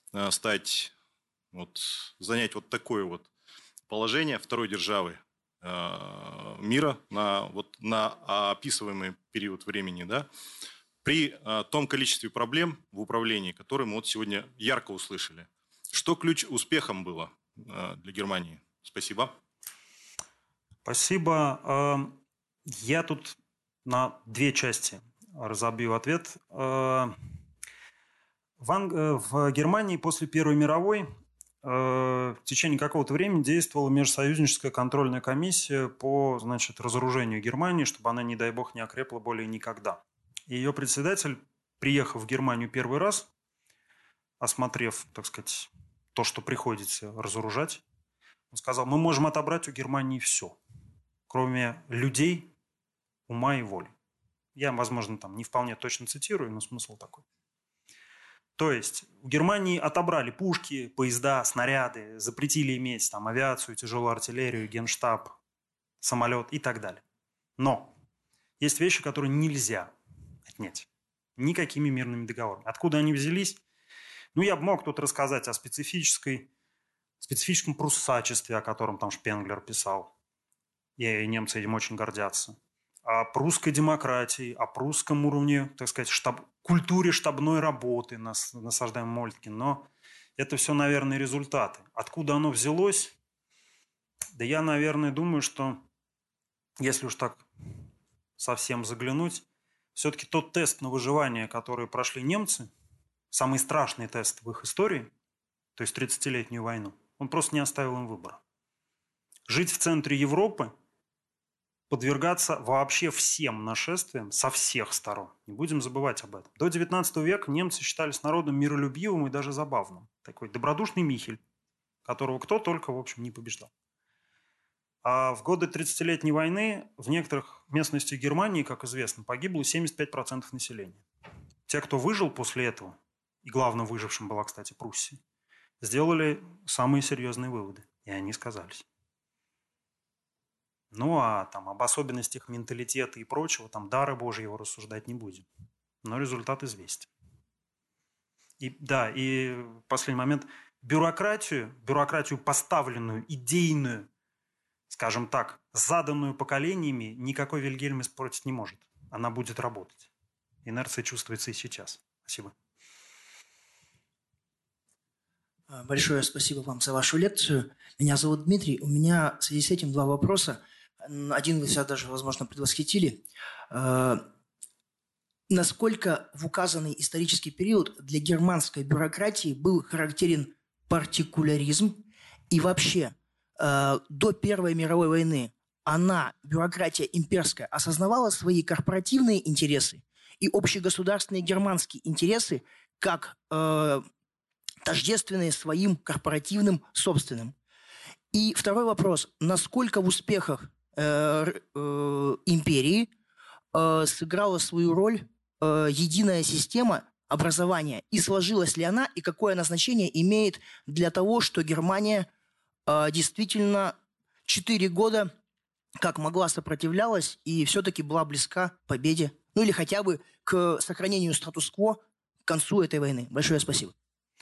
занять вот такое вот положение второй державы мира на описываемый период времени, да, при том количестве проблем в управлении, которые мы вот сегодня ярко услышали. Что ключ успехом было для Германии? Спасибо. Спасибо. Я тут на 2 части разобью ответ. В Германии после Первой мировой в течение какого-то времени действовала межсоюзническая контрольная комиссия по, разоружению Германии, чтобы она, не дай бог, не окрепла более никогда. И ее председатель, приехав в Германию первый раз, осмотрев, так сказать, то, что приходится разоружать, он сказал: мы можем отобрать у Германии все, кроме людей, ума и воли. Я, возможно, там не вполне точно цитирую, но смысл такой. То есть у Германии отобрали пушки, поезда, снаряды, запретили иметь там авиацию, тяжелую артиллерию, генштаб, самолет и так далее. Но есть вещи, которые нельзя отнять никакими мирными договорами. Откуда они взялись? Я бы мог тут рассказать о специфическом пруссачестве, о котором там Шпенглер писал. И немцы этим очень гордятся. О прусской демократии, о прусском уровне, так сказать, культуре штабной работы, насаждаем Молькин. Но это все, наверное, результаты. Откуда оно взялось? Да я, наверное, думаю, что если уж так совсем заглянуть, все-таки тот тест на выживание, который прошли немцы, самый страшный тест в их истории, то есть 30-летнюю войну, он просто не оставил им выбора. Жить в центре Европы, подвергаться вообще всем нашествиям со всех сторон. Не будем забывать об этом. До 19 века немцы считались народом миролюбивым и даже забавным. Такой добродушный Михель, которого кто только, в общем, не побеждал. А в годы 30-летней войны в некоторых местностях Германии, как известно, погибло 75% населения. Те, кто выжил после этого, и главным выжившим была, кстати, Пруссия, сделали самые серьезные выводы. И они сказались. А там об особенностях менталитета и прочего, там дара Божьего рассуждать не будем. Но результат известен. И последний момент. Бюрократию поставленную, идейную, скажем так, заданную поколениями, никакой Вильгельм испортить не может. Она будет работать. Инерция чувствуется и сейчас. Спасибо. Большое спасибо вам за вашу лекцию. Меня зовут Дмитрий. У меня в связи с этим два вопроса. Один вы себя даже, возможно, предвосхитили. Насколько в указанный исторический период для германской бюрократии был характерен партикуляризм? И вообще, до Первой мировой войны бюрократия имперская, осознавала свои корпоративные интересы и общегосударственные германские интересы как тождественные своим корпоративным собственным? И второй вопрос. Насколько в успехах империи сыграла свою роль единая система образования? И сложилась ли она, и какое назначение имеет для того, что Германия действительно 4 года как могла сопротивлялась и все-таки была близка к победе? Или хотя бы к сохранению статус-кво к концу этой войны? Большое спасибо.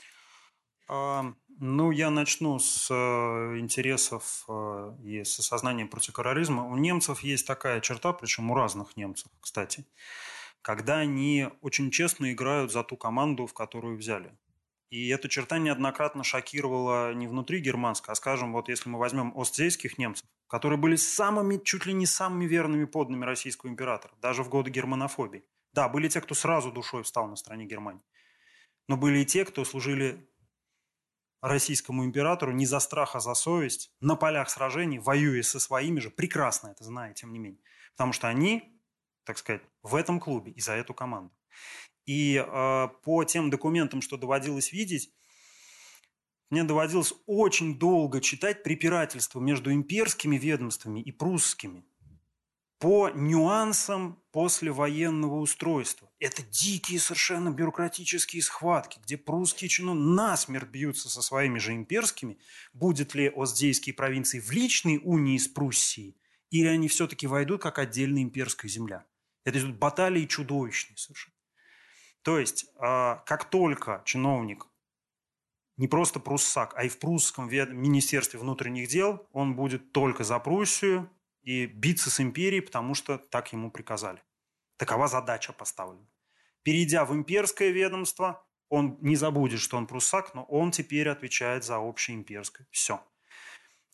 Я начну с интересов и с осознанием партикуляризма. У немцев есть такая черта, причем у разных немцев, кстати, когда они очень честно играют за ту команду, в которую взяли. И эта черта неоднократно шокировала не внутри германской, а, скажем, вот если мы возьмем остзейских немцев, которые были чуть ли не самыми верными подданными российского императора, даже в годы германофобии. Да, были те, кто сразу душой встал на стороне Германии, но были и те, кто служили российскому императору не за страх, а за совесть, на полях сражений, воюя со своими же, прекрасно это зная, тем не менее. Потому что они, так сказать, в этом клубе и за эту команду. И по тем документам, что доводилось видеть, мне доводилось очень долго читать препирательства между имперскими ведомствами и прусскими по нюансам послевоенного устройства. Это дикие совершенно бюрократические схватки, где прусские чиновники насмерть бьются со своими же имперскими, будет ли остзейские провинции в личной унии с Пруссией, или они все-таки войдут как отдельная имперская земля. Это идут баталии чудовищные совершенно. То есть, как только чиновник, не просто пруссак, а и в прусском министерстве внутренних дел, он будет только за Пруссию и биться с империей, потому что так ему приказали. Такова задача поставлена. Перейдя в имперское ведомство, он не забудет, что он пруссак, но он теперь отвечает за общеимперское. Все.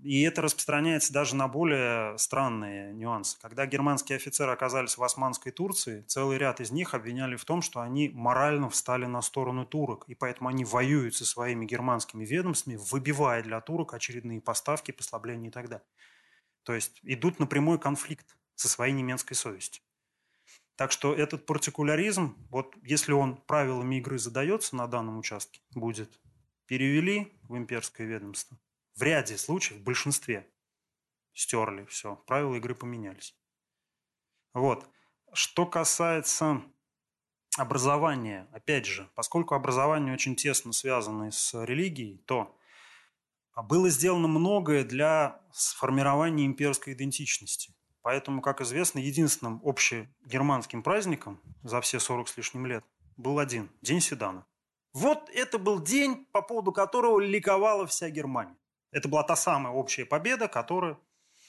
И это распространяется даже на более странные нюансы. Когда германские офицеры оказались в Османской Турции, целый ряд из них обвиняли в том, что они морально встали на сторону турок, и поэтому они воюют со своими германскими ведомствами, выбивая для турок очередные поставки, послабления и так далее. То есть идут на прямой конфликт со своей немецкой совестью. Так что этот партикуляризм, вот если он правилами игры задается на данном участке, будет перевели в имперское ведомство, в ряде случаев, в большинстве, стерли все, правила игры поменялись. Вот. Что касается образования, опять же, поскольку образование очень тесно связано с религией, то было сделано многое для сформирования имперской идентичности. Поэтому, как известно, единственным общегерманским праздником за все 40 с лишним лет был один – День Седана. Вот это был день, по поводу которого ликовала вся Германия. Это была та самая общая победа, которая...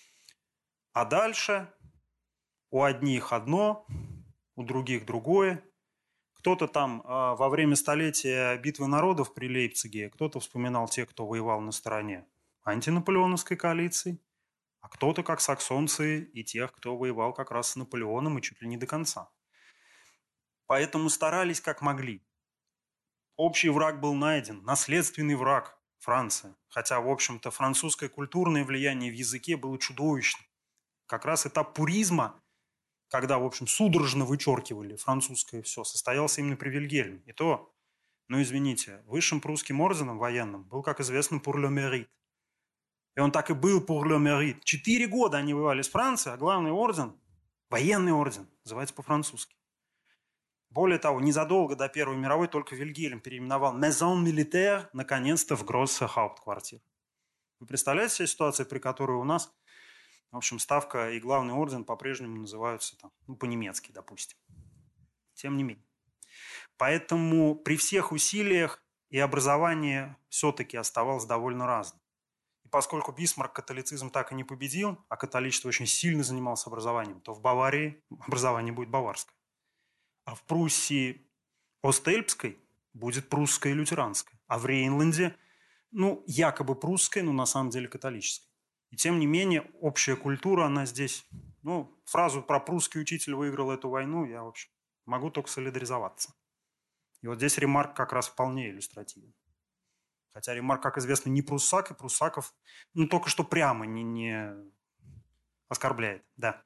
А дальше у одних одно, у других другое. Кто-то там во время столетия битвы народов при Лейпциге, кто-то вспоминал тех, кто воевал на стороне антинаполеоновской коалиции, а кто-то, как саксонцы, и тех, кто воевал как раз с Наполеоном и чуть ли не до конца. Поэтому старались как могли. Общий враг был найден, наследственный враг – Франция. Хотя, в общем-то, французское культурное влияние в языке было чудовищным. Как раз этап пуризма, когда, в общем, судорожно вычеркивали французское все, состоялся именно при Вильгельме. И то, ну извините, высшим прусским орденом военным был, как известно, pour le mérite. И он так и был pour le mérite. 4 года они воевали с Францией, а главный орден, военный орден, называется по-французски. Более того, незадолго до Первой мировой только Вильгельм переименовал Maison Militaire наконец-то в Grosse Hauptquartier. Вы представляете себе ситуацию, при которой у нас, в общем, ставка и главный орден по-прежнему называются там, ну, по-немецки, допустим. Тем не менее. Поэтому при всех усилиях и образование все-таки оставалось довольно разным. И поскольку Бисмарк католицизм так и не победил, а католичество очень сильно занималось образованием, то в Баварии образование будет баварское. А в Пруссии Остельпской будет прусское и лютеранское. А в Рейнланде, ну, якобы прусское, но на самом деле католическое. И тем не менее, общая культура, она здесь... Ну, фразу про прусский учитель выиграл эту войну, я, в общем, могу только солидаризоваться. И вот здесь Ремарк как раз вполне иллюстративен. Хотя Ремарк, как известно, не пруссак, и пруссаков, ну, только что прямо не оскорбляет. Да.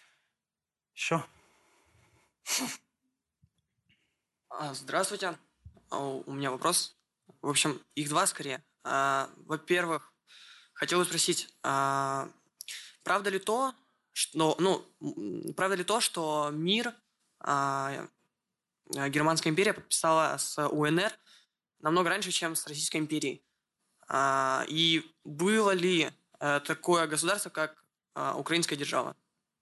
Еще? Здравствуйте. У меня вопрос. В общем, их два скорее. Во-первых, хотел бы спросить, правда ли то, что мир Германская империя подписала с УНР намного раньше, чем с Российской империей? И было ли такое государство, как Украинская держава?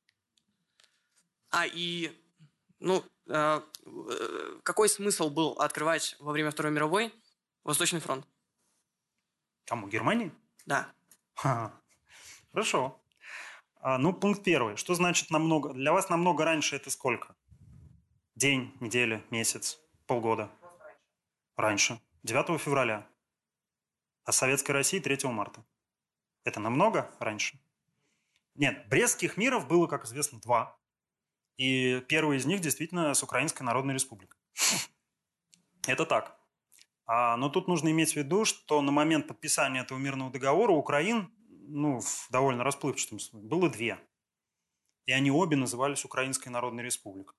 Какой смысл был открывать во время Второй мировой Восточный фронт? Кому? Германии? Да. Хорошо. Ну, пункт первый. Что значит намного? Для вас намного раньше это сколько? День, неделя, месяц, полгода? Раньше. 9 февраля. А Советской России 3 марта. Это намного раньше? Нет, Брестских миров было, как известно, 2. И первый из них действительно с Украинской Народной Республикой. Это так. Но тут нужно иметь в виду, что на момент подписания этого мирного договора Украин, ну, в довольно расплывчатом смысле, было 2. И они обе назывались Украинской Народной Республикой.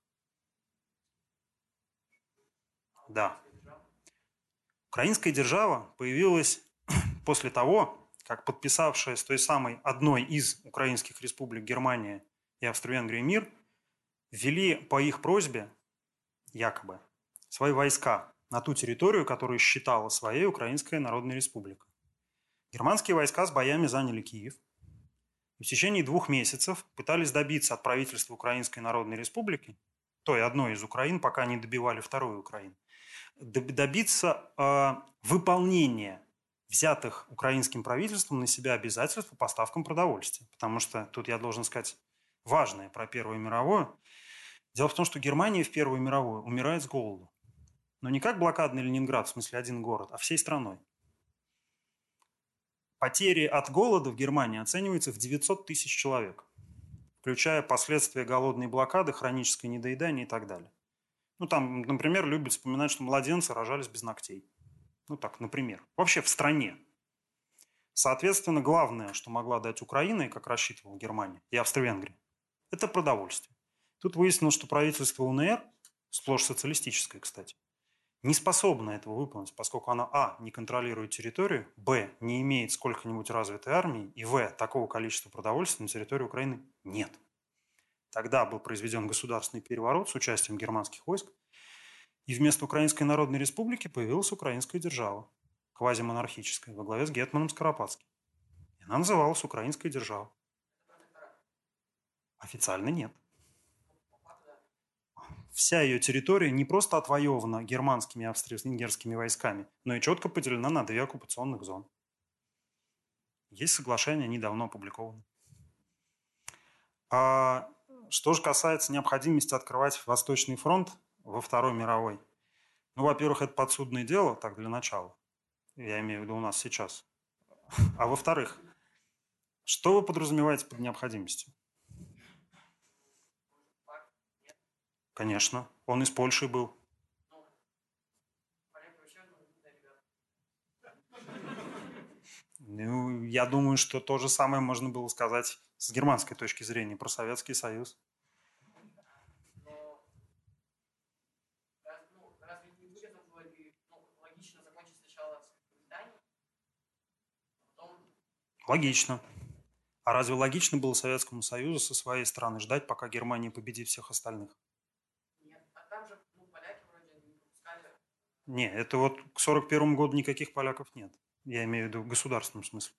Да. Украинская держава появилась после того, как подписавшая с той самой одной из украинских республик Германия и Австро-Венгрия мир ввели по их просьбе, якобы, свои войска на ту территорию, которую считала своей Украинская Народная Республика. Германские войска с боями заняли Киев. И в течение 2 месяцев пытались добиться от правительства Украинской Народной Республики, той одной из Украин, пока не добивали вторую Украину, добиться выполнения взятых украинским правительством на себя обязательств по поставкам продовольствия. Потому что тут я должен сказать важное про Первую мировую. Дело в том, что Германия в Первую мировую умирает с голоду. Но не как блокадный Ленинград, в смысле один город, а всей страной. Потери от голода в Германии оцениваются в 900 тысяч человек, включая последствия голодной блокады, хроническое недоедание и так далее. Ну, там, например, любят вспоминать, что младенцы рожались без ногтей. Ну, так, например. Вообще в стране. Соответственно, главное, что могла дать Украина, и как рассчитывала Германия и Австро-Венгрия, это продовольствие. Тут выяснилось, что правительство УНР, сплошь социалистическое, кстати, не способна этого выполнить, поскольку она, не контролирует территорию, не имеет сколько-нибудь развитой армии, и, такого количества продовольствия на территории Украины нет. Тогда был произведен государственный переворот с участием германских войск, и вместо Украинской Народной Республики появилась украинская держава, квазимонархическая, во главе с гетманом Скоропадским. И она называлась Украинская держава. Официально нет. Вся ее территория не просто отвоевана германскими и австро-венгерскими войсками, но и четко поделена на 2 оккупационных зоны. Есть соглашения, они давно опубликованы. А что же касается необходимости открывать Восточный фронт во Второй мировой, ну, во-первых, это подсудное дело, так, для начала. Я имею в виду у нас сейчас. А во-вторых, что вы подразумеваете под необходимостью? Конечно, он из Польши был. Ну, я думаю, что то же самое можно было сказать с германской точки зрения про Советский Союз. Логично. А разве логично было Советскому Союзу со своей стороны ждать, пока Германия победит всех остальных? Нет, а там же поляки вроде не пропускали. Не, это вот к 1941 году никаких поляков нет. Я имею в виду в государственном смысле.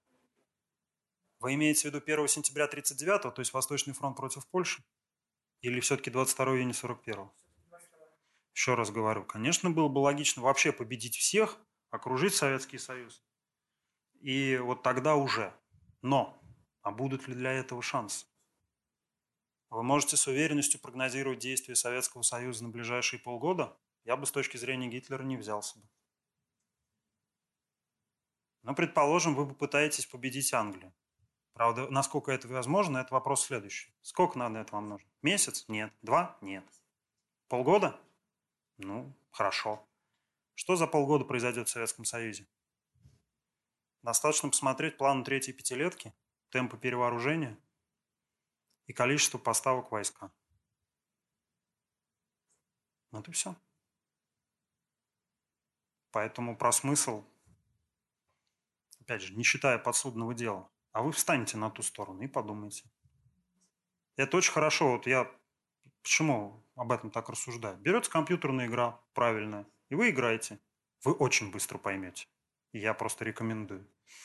Вы имеете в виду 1 сентября 1939, то есть Восточный фронт против Польши? Или все-таки 22 июня 1941? Еще раз говорю, конечно, было бы логично вообще победить всех, окружить Советский Союз. И вот тогда уже. Но, а будут ли для этого шансы? Вы можете с уверенностью прогнозировать действия Советского Союза на ближайшие полгода? Я бы с точки зрения Гитлера не взялся бы. Но, предположим, вы попытаетесь победить Англию. Правда, насколько это возможно, это вопрос следующий. Сколько надо это вам нужно? Месяц? Нет. 2? Нет. Полгода? Ну, хорошо. Что за полгода произойдет в Советском Союзе? Достаточно посмотреть план 3-й пятилетки, темпы перевооружения и количество поставок войска. Вот и все. Поэтому про смысл, опять же, не считая подсудного дела, а вы встанете на ту сторону и подумайте. Это очень хорошо. Вот я почему об этом так рассуждаю? Берется компьютерная игра правильная, и вы играете. Вы очень быстро поймете. И я просто рекомендую.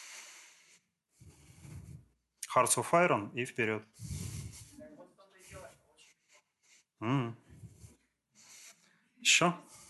Hearts of Iron и вперед. Еще?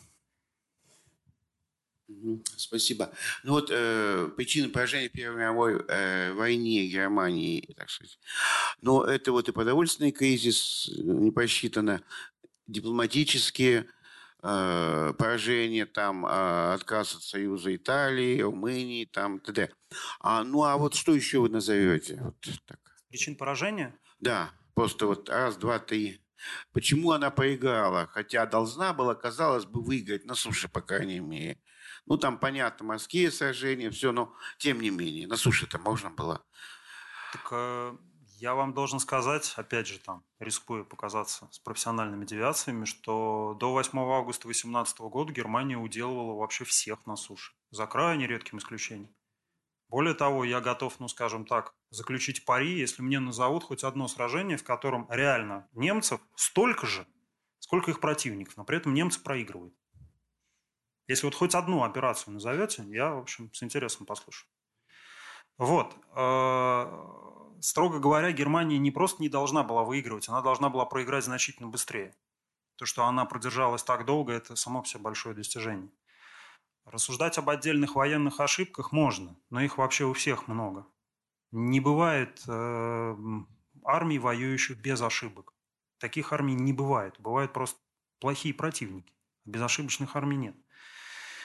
Спасибо. Ну вот причины поражения в Первой мировой войне Германии, так сказать. Но это вот и продовольственный кризис не посчитано, дипломатические поражения, там отказ от Союза Италии, Румынии, там т.д. Ну а вот что еще вы назовете? Вот так. Причин поражения? Да, просто вот раз, два, три. Почему она проиграла? Хотя должна была, казалось бы, выиграть на суше, по крайней мере. Ну, там, понятно, морские сражения, все, но тем не менее, на суше-то можно было. Так я вам должен сказать, опять же, там, рискуя показаться с профессиональными девиациями, что до 8 августа 2018 года Германия уделывала вообще всех на суше, за крайне редким исключением. Более того, я готов, ну, скажем так, заключить пари, если мне назовут хоть одно сражение, в котором реально немцев столько же, сколько их противников, но при этом немцы проигрывают. Если вот хоть одну операцию назовете, я, в общем, с интересом послушаю. Вот. Строго говоря, Германия не просто не должна была выигрывать, она должна была проиграть значительно быстрее. То, что она продержалась так долго, это само по себе большое достижение. Рассуждать об отдельных военных ошибках можно, но их вообще у всех много. Не бывает армий, воюющих без ошибок. Таких армий не бывает. Бывают просто плохие противники. Безошибочных армий нет.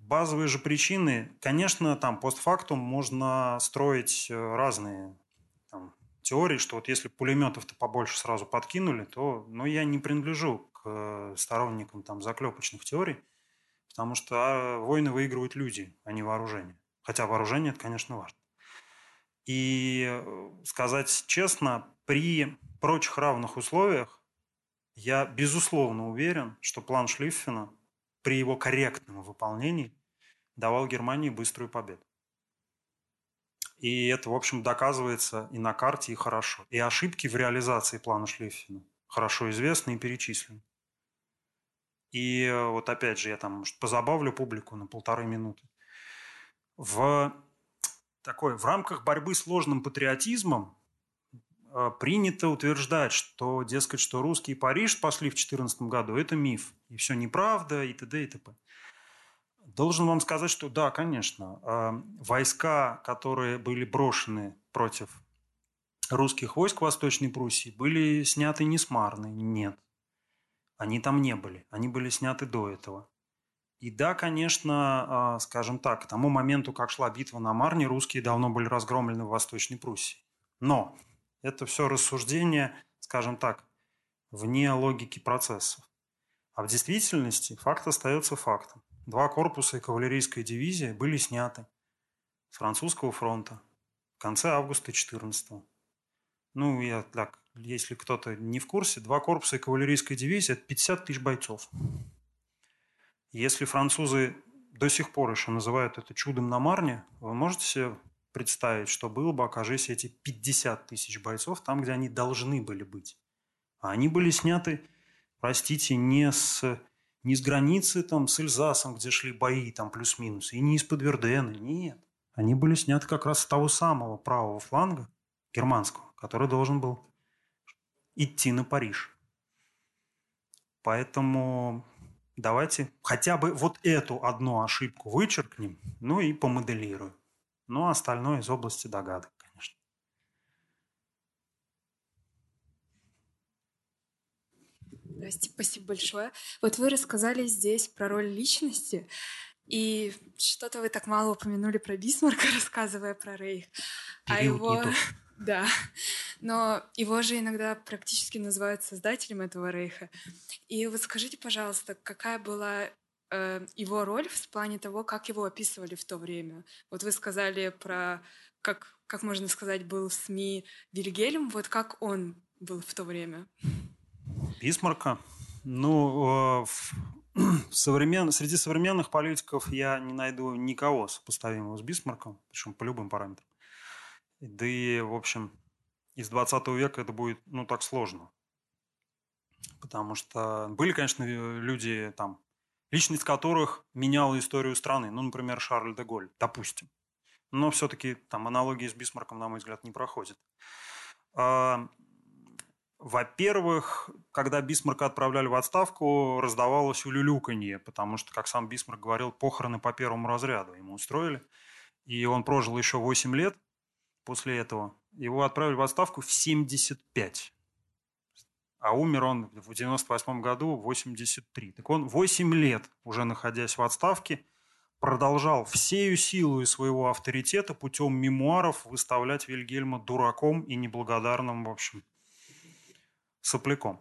Базовые же причины, конечно, там постфактум можно строить разные там теории, что вот если пулеметов-то побольше сразу подкинули, то, ну, я не принадлежу к сторонникам там заклепочных теорий, потому что войны выигрывают люди, а не вооружение. Хотя вооружение – это, конечно, важно. И сказать честно, при прочих равных условиях я, безусловно, уверен, что план Шлиффена при его корректном выполнении давал Германии быструю победу. И это, в общем, доказывается и на карте, и хорошо. И ошибки в реализации плана Шлиффена хорошо известны и перечислены. И вот опять же, я там, может, позабавлю публику на 1,5 минуты. В рамках борьбы с ложным патриотизмом принято утверждать, что, дескать, что русские Париж спасли в 2014 году, это миф. И все неправда, и т.д. и т.п. Должен вам сказать, что да, конечно, войска, которые были брошены против русских войск в Восточной Пруссии, были сняты не с Марны, нет. Они там не были, они были сняты до этого. И да, конечно, скажем так, к тому моменту, как шла битва на Марне, русские давно были разгромлены в Восточной Пруссии. Но это все рассуждение, скажем так, вне логики процессов. А в действительности факт остается фактом. 2 корпуса и кавалерийская дивизия были сняты с французского фронта в конце августа 2014. Ну, я так, если кто-то не в курсе, 2 корпуса и кавалерийская дивизия – это 50 тысяч бойцов. Если французы до сих пор еще называют это чудом на Марне, вы можете себе представить, что было бы, окажись эти 50 тысяч бойцов там, где они должны были быть. А они были сняты, простите, не с границы там, с Эльзасом, где шли бои там плюс-минус, и не из-под Вердена, нет. Они были сняты как раз с того самого правого фланга германского, который должен был идти на Париж. Поэтому давайте хотя бы вот эту одну ошибку вычеркнем, ну и помоделируем. Ну, а остальное из области догадок, конечно. Здрасте, спасибо большое. Вот вы рассказали здесь про роль личности, и что-то вы так мало упомянули про Бисмарка, рассказывая про Рейх. Период не тот. Да, но его же иногда практически называют создателем этого Рейха. И вот скажите, пожалуйста, какая была его роль в плане того, как его описывали в то время? Вот вы сказали про, как можно сказать, был в СМИ Вильгельм, вот как он был в то время? Бисмарка? Ну, среди современных политиков я не найду никого сопоставимого с Бисмарком, причем по любым параметрам. Да и, в общем, из 20 века это будет, ну, так сложно. Потому что были, конечно, люди, там, личность которых меняла историю страны. Ну, например, Шарль де Голль, допустим. Но все-таки там аналогии с Бисмарком, на мой взгляд, не проходят. Во-первых, когда Бисмарка отправляли в отставку, раздавалось улюлюканье, потому что, как сам Бисмарк говорил, похороны по первому разряду ему устроили. И он прожил еще 8 лет после этого. Его отправили в отставку в 75. А умер он в 98 году в 83. Так он 8 лет, уже находясь в отставке, продолжал всею силой своего авторитета путем мемуаров выставлять Вильгельма дураком и неблагодарным, в общем, сопляком.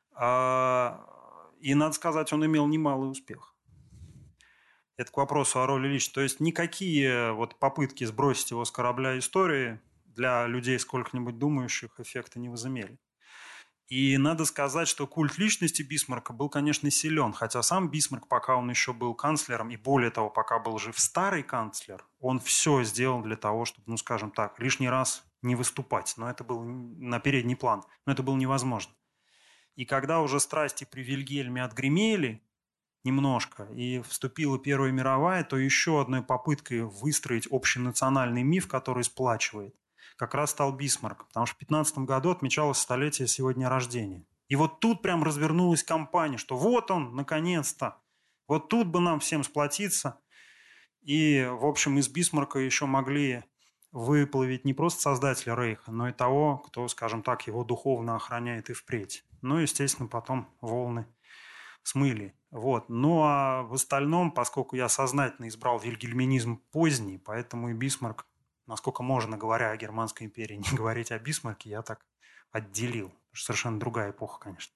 И, надо сказать, он имел немалый успех. Это к вопросу о роли личности. То есть никакие вот попытки сбросить его с корабля истории для людей сколько-нибудь думающих эффекта не возымели. И надо сказать, что культ личности Бисмарка был, конечно, силен. Хотя сам Бисмарк, пока он еще был канцлером, и более того, пока был жив старый канцлер, он все сделал для того, чтобы, ну, скажем так, лишний раз не выступать. Но это был на передний план. Но это было невозможно. И когда уже страсти при Вильгельме отгремели немножко, и вступила Первая мировая, то еще одной попыткой выстроить общенациональный миф, который сплачивает, как раз стал Бисмарк. Потому что в 15 году отмечалось столетие с его дня рождения. И вот тут прям развернулась кампания, что вот он, наконец-то. Вот тут бы нам всем сплотиться. И, в общем, из Бисмарка еще могли выплавить не просто создателя Рейха, но и того, кто, скажем так, его духовно охраняет и впредь. Ну, естественно, потом волны смыли. Вот. Ну а в остальном, поскольку я сознательно избрал вильгельминизм поздний, поэтому и Бисмарк, насколько можно, говоря о Германской империи, не говорить о Бисмарке, я так отделил. Совершенно другая эпоха, конечно.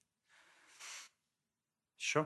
Еще?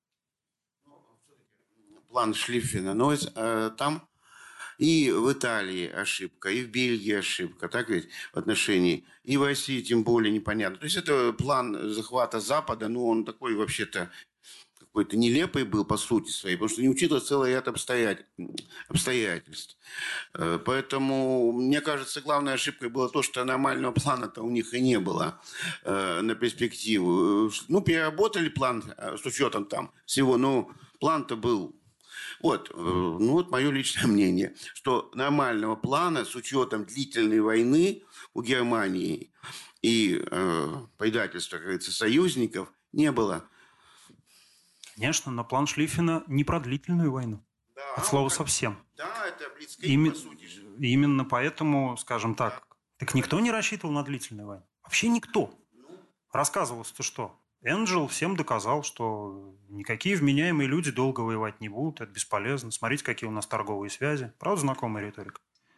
План Шлиффена. Но там и в Италии ошибка, и в Бельгии ошибка, так ведь, в отношении. И в России тем более непонятно. То есть это план захвата Запада, но он такой вообще-то какой-то нелепый был по сути своей, потому что не учитывалось целый ряд обстоятельств. Поэтому, мне кажется, главной ошибкой было то, что нормального плана-то у них и не было на перспективу. Ну, переработали план с учетом там всего, но план-то был. Вот, ну вот мое личное мнение, что нормального плана с учетом длительной войны у Германии и предательства, как говорится, союзников не было. Конечно, но план Шлиффена не про длительную войну. Да, От слова совсем. Да, это блицкриг, по сути же. Именно поэтому, скажем так, так никто не рассчитывал на длительную войну. Вообще никто. Рассказывалось-то что? Энджел всем доказал, что никакие вменяемые люди долго воевать не будут, это бесполезно. Смотрите, какие у нас торговые связи. Правда, знакомая риторика?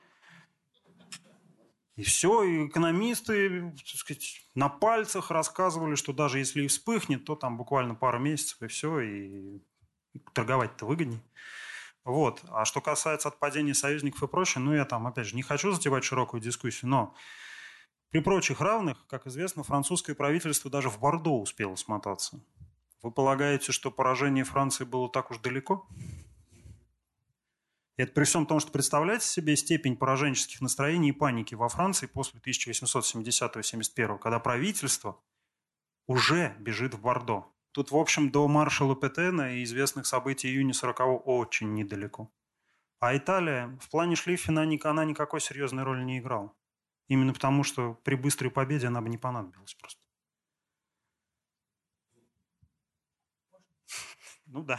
И все, и экономисты, так сказать, на пальцах рассказывали, что даже если и вспыхнет, то там буквально пару месяцев, и все, и торговать-то выгоднее. Вот. А что касается отпадения союзников и прочее, ну, я там, опять же, не хочу затевать широкую дискуссию, но при прочих равных, как известно, французское правительство даже в Бордо успело смотаться. Вы полагаете, что поражение Франции было так уж далеко? И это при всем том, что представляете себе степень пораженческих настроений и паники во Франции после 1870-71, когда правительство уже бежит в Бордо. Тут, в общем, до маршала Петена и известных событий июня 40-го очень недалеко. А Италия в плане Шлиффена она никакой серьезной роли не играла. Именно потому, что при быстрой победе она бы не понадобилась просто. Ну да.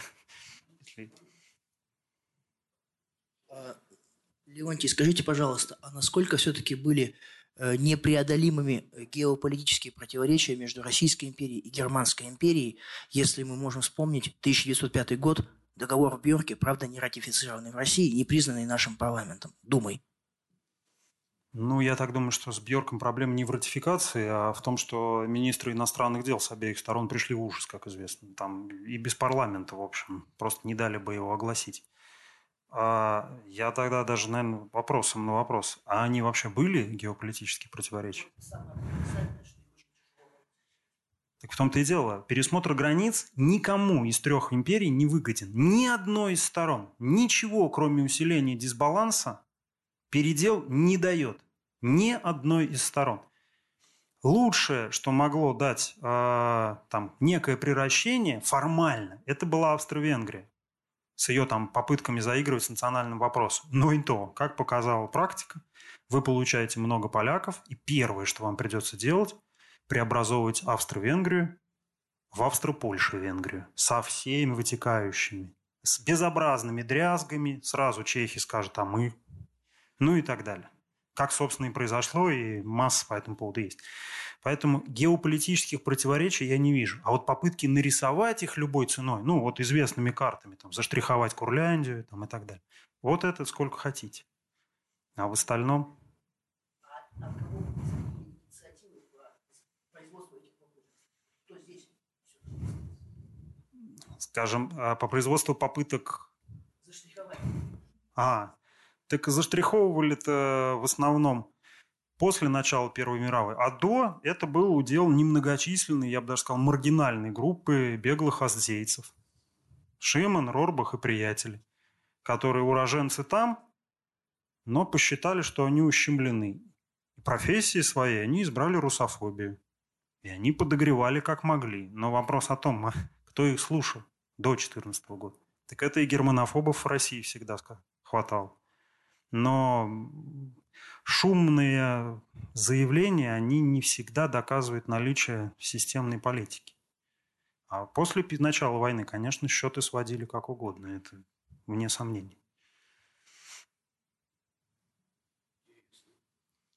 Леонтий, скажите, пожалуйста, а насколько все-таки были непреодолимыми геополитические противоречия между Российской империей и Германской империей, если мы можем вспомнить 1905 год, договор в Бьорке, правда, не ратифицированный в России, не признанный нашим парламентом, Думой? Ну, я так думаю, что с Бьорком проблема не в ратификации, а в том, что министры иностранных дел с обеих сторон пришли в ужас, как известно. Там и без парламента, в общем, просто не дали бы его огласить. Я тогда даже, наверное, вопросом на вопрос. А они вообще были геополитические противоречия? Так в том-то и дело. Пересмотр границ никому из трех империй не выгоден. Ни одной из сторон. Ничего, кроме усиления дисбаланса, передел не дает. Ни одной из сторон. Лучшее, что могло дать там, некое приращение формально, это была Австро-Венгрия с ее там попытками заигрывать с национальным вопросом. Но и то, как показала практика, вы получаете много поляков, и первое, что вам придется делать, преобразовывать Австро-Венгрию в Австро-Польшу-Венгрию со всеми вытекающими, с безобразными дрязгами, сразу чехи скажут, а мы, ну и так далее. Как, собственно, и произошло, и масса по этому поводу есть. Поэтому геополитических противоречий я не вижу. А вот попытки нарисовать их любой ценой, ну, вот известными картами, там, заштриховать Курляндию там, и так далее. Вот это сколько хотите. А в остальном... Скажем, по производству попыток... Так заштриховывали-то в основном после начала Первой мировой. А до это был удел немногочисленной, я бы даже сказал, маргинальной группы беглых аздзейцев. Шиман, Рорбах и приятели, которые уроженцы там, но посчитали, что они ущемлены. И профессии своей они избрали русофобию. И они подогревали как могли. Но вопрос о том, кто их слушал до 2014 года. Так это и германофобов в России всегда хватало. Но шумные заявления, они не всегда доказывают наличие системной политики. А после начала войны, конечно, счеты сводили как угодно. Это вне сомнений.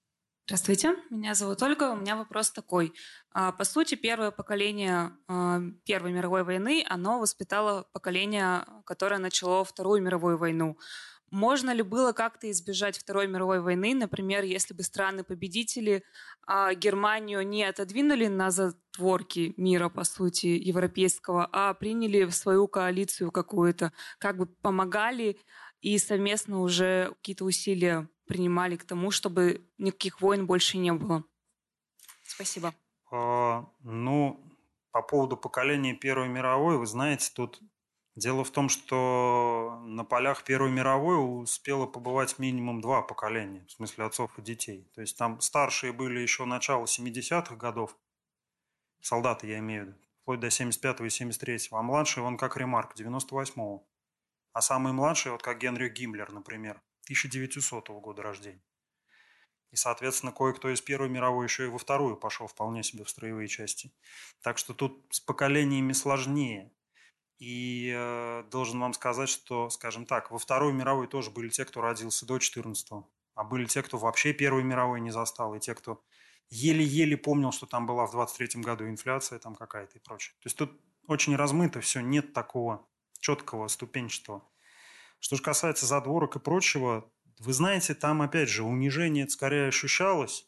Здравствуйте, меня зовут Ольга. У меня вопрос такой. По сути, первое поколение Первой мировой войны, оно воспитало поколение, которое начало Вторую мировую войну. Можно ли было как-то избежать Второй мировой войны, например, если бы страны-победители Германию не отодвинули на затворки мира, по сути, европейского, а приняли в свою коалицию какую-то, как бы помогали и совместно уже какие-то усилия принимали к тому, чтобы никаких войн больше не было? Спасибо. Ну, по поводу поколения Первой мировой, вы знаете, тут дело в том, что на полях Первой мировой успело побывать минимум 2 поколения, в смысле отцов и детей. То есть там старшие были еще начала 70-х годов, солдаты я имею в виду, вплоть до 75-го и 73-го, а младший, он как Ремарк, 98-го. А самый младший, вот как Генрих Гиммлер, например, 1900 года рождения. И, соответственно, кое-кто из Первой мировой еще и во Вторую пошел вполне себе в строевые части. Так что тут с поколениями сложнее. И должен вам сказать, что, скажем так, во Второй мировой тоже были те, кто родился до 14-го, а были те, кто вообще Первой мировой не застал, и те, кто еле-еле помнил, что там была в 23-м году инфляция там какая-то и прочее. То есть тут очень размыто все, нет такого четкого, ступенчатого. Что же касается задворок и прочего, вы знаете, там, опять же, унижение скорее ощущалось.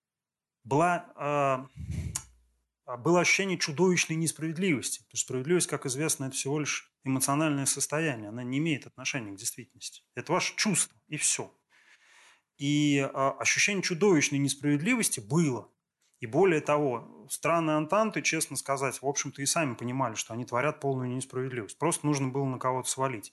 Было ощущение чудовищной несправедливости. Потому что справедливость, как известно, это всего лишь эмоциональное состояние. Она не имеет отношения к действительности. Это ваше чувство, и все. И ощущение чудовищной несправедливости было. И более того, страны Антанты, честно сказать, в общем-то и сами понимали, что они творят полную несправедливость. Просто нужно было на кого-то свалить.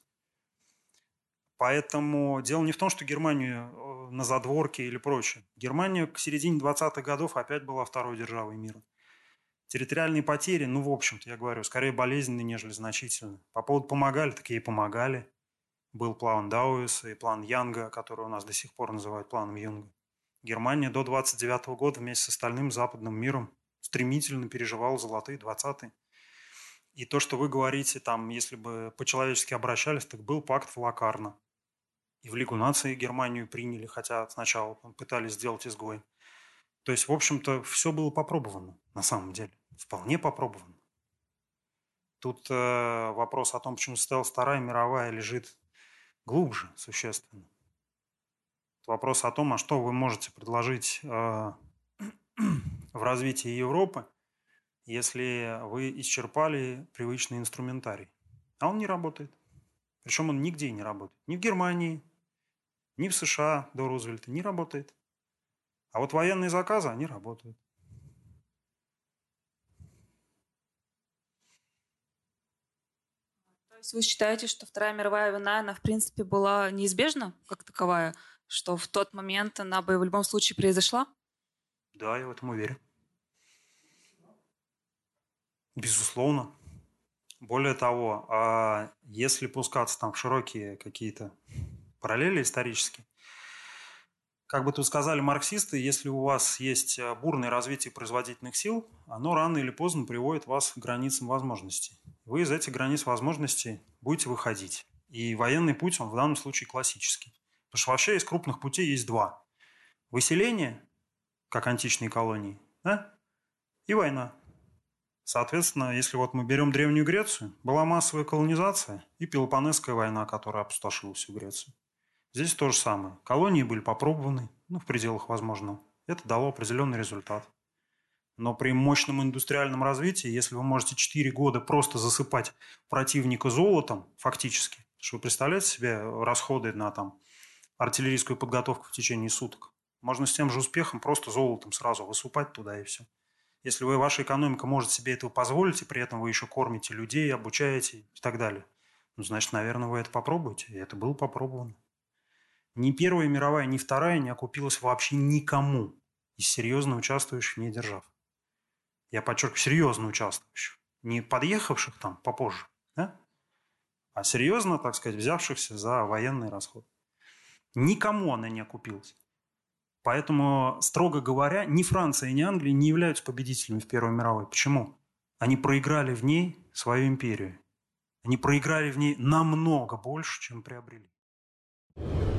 Поэтому дело не в том, что Германию на задворке или прочее. Германия к середине 20-х годов опять была второй державой мира. Территориальные потери, ну, в общем-то, я говорю, скорее болезненные, нежели значительные. По поводу помогали, так и помогали. Был план Дауэса и план Янга, который у нас до сих пор называют планом Юнга. Германия до 29 года вместе с остальным западным миром стремительно переживала золотые 20-е. И то, что вы говорите, там, если бы по-человечески обращались, так был пакт в Локарно. И в Лигу наций Германию приняли, хотя сначала пытались сделать изгой. То есть, в общем-то, все было попробовано, на самом деле. Вполне попробовано. Тут вопрос о том, почему состоялась Вторая мировая, лежит глубже существенно. Вопрос о том, а что вы можете предложить в развитии Европы, если вы исчерпали привычный инструментарий. А он не работает. Причем он нигде не работает. Ни в Германии, ни в США до Рузвельта не работает. А вот военные заказы, они работают. То есть вы считаете, что Вторая мировая война, она в принципе была неизбежна как таковая, что в тот момент она бы в любом случае произошла? Да, я в этом уверен. Безусловно. Более того, если пускаться там в широкие какие-то параллели исторические, как бы тут сказали марксисты, если у вас есть бурное развитие производительных сил, оно рано или поздно приводит вас к границам возможностей. Вы из этих границ возможностей будете выходить. И военный путь, он в данном случае классический. Потому что вообще из крупных путей есть 2. Выселение, как античные колонии, да? И война. Соответственно, если вот мы берем Древнюю Грецию, была массовая колонизация и Пелопоннесская война, которая опустошила всю Грецию. Здесь то же самое. Колонии были попробованы, в пределах возможного. Это дало определенный результат. Но при мощном индустриальном развитии, если вы можете 4 года просто засыпать противника золотом, фактически, что вы представляете себе расходы на артиллерийскую подготовку в течение суток, можно с тем же успехом просто золотом сразу высыпать туда и все. Если ваша экономика может себе этого позволить, и при этом вы еще кормите людей, обучаете и так далее, значит, наверное, вы это попробуете. И это было попробовано. Ни Первая мировая, ни Вторая не окупилась вообще никому из серьезно участвующих в ней держав. Я подчеркиваю, серьезно участвующих. Не подъехавших там попозже, да? А серьезно, так сказать, взявшихся за военный расход. Никому она не окупилась. Поэтому, строго говоря, ни Франция, ни Англия не являются победителями в Первой мировой. Почему? Они проиграли в ней свою империю. Они проиграли в ней намного больше, чем приобрели.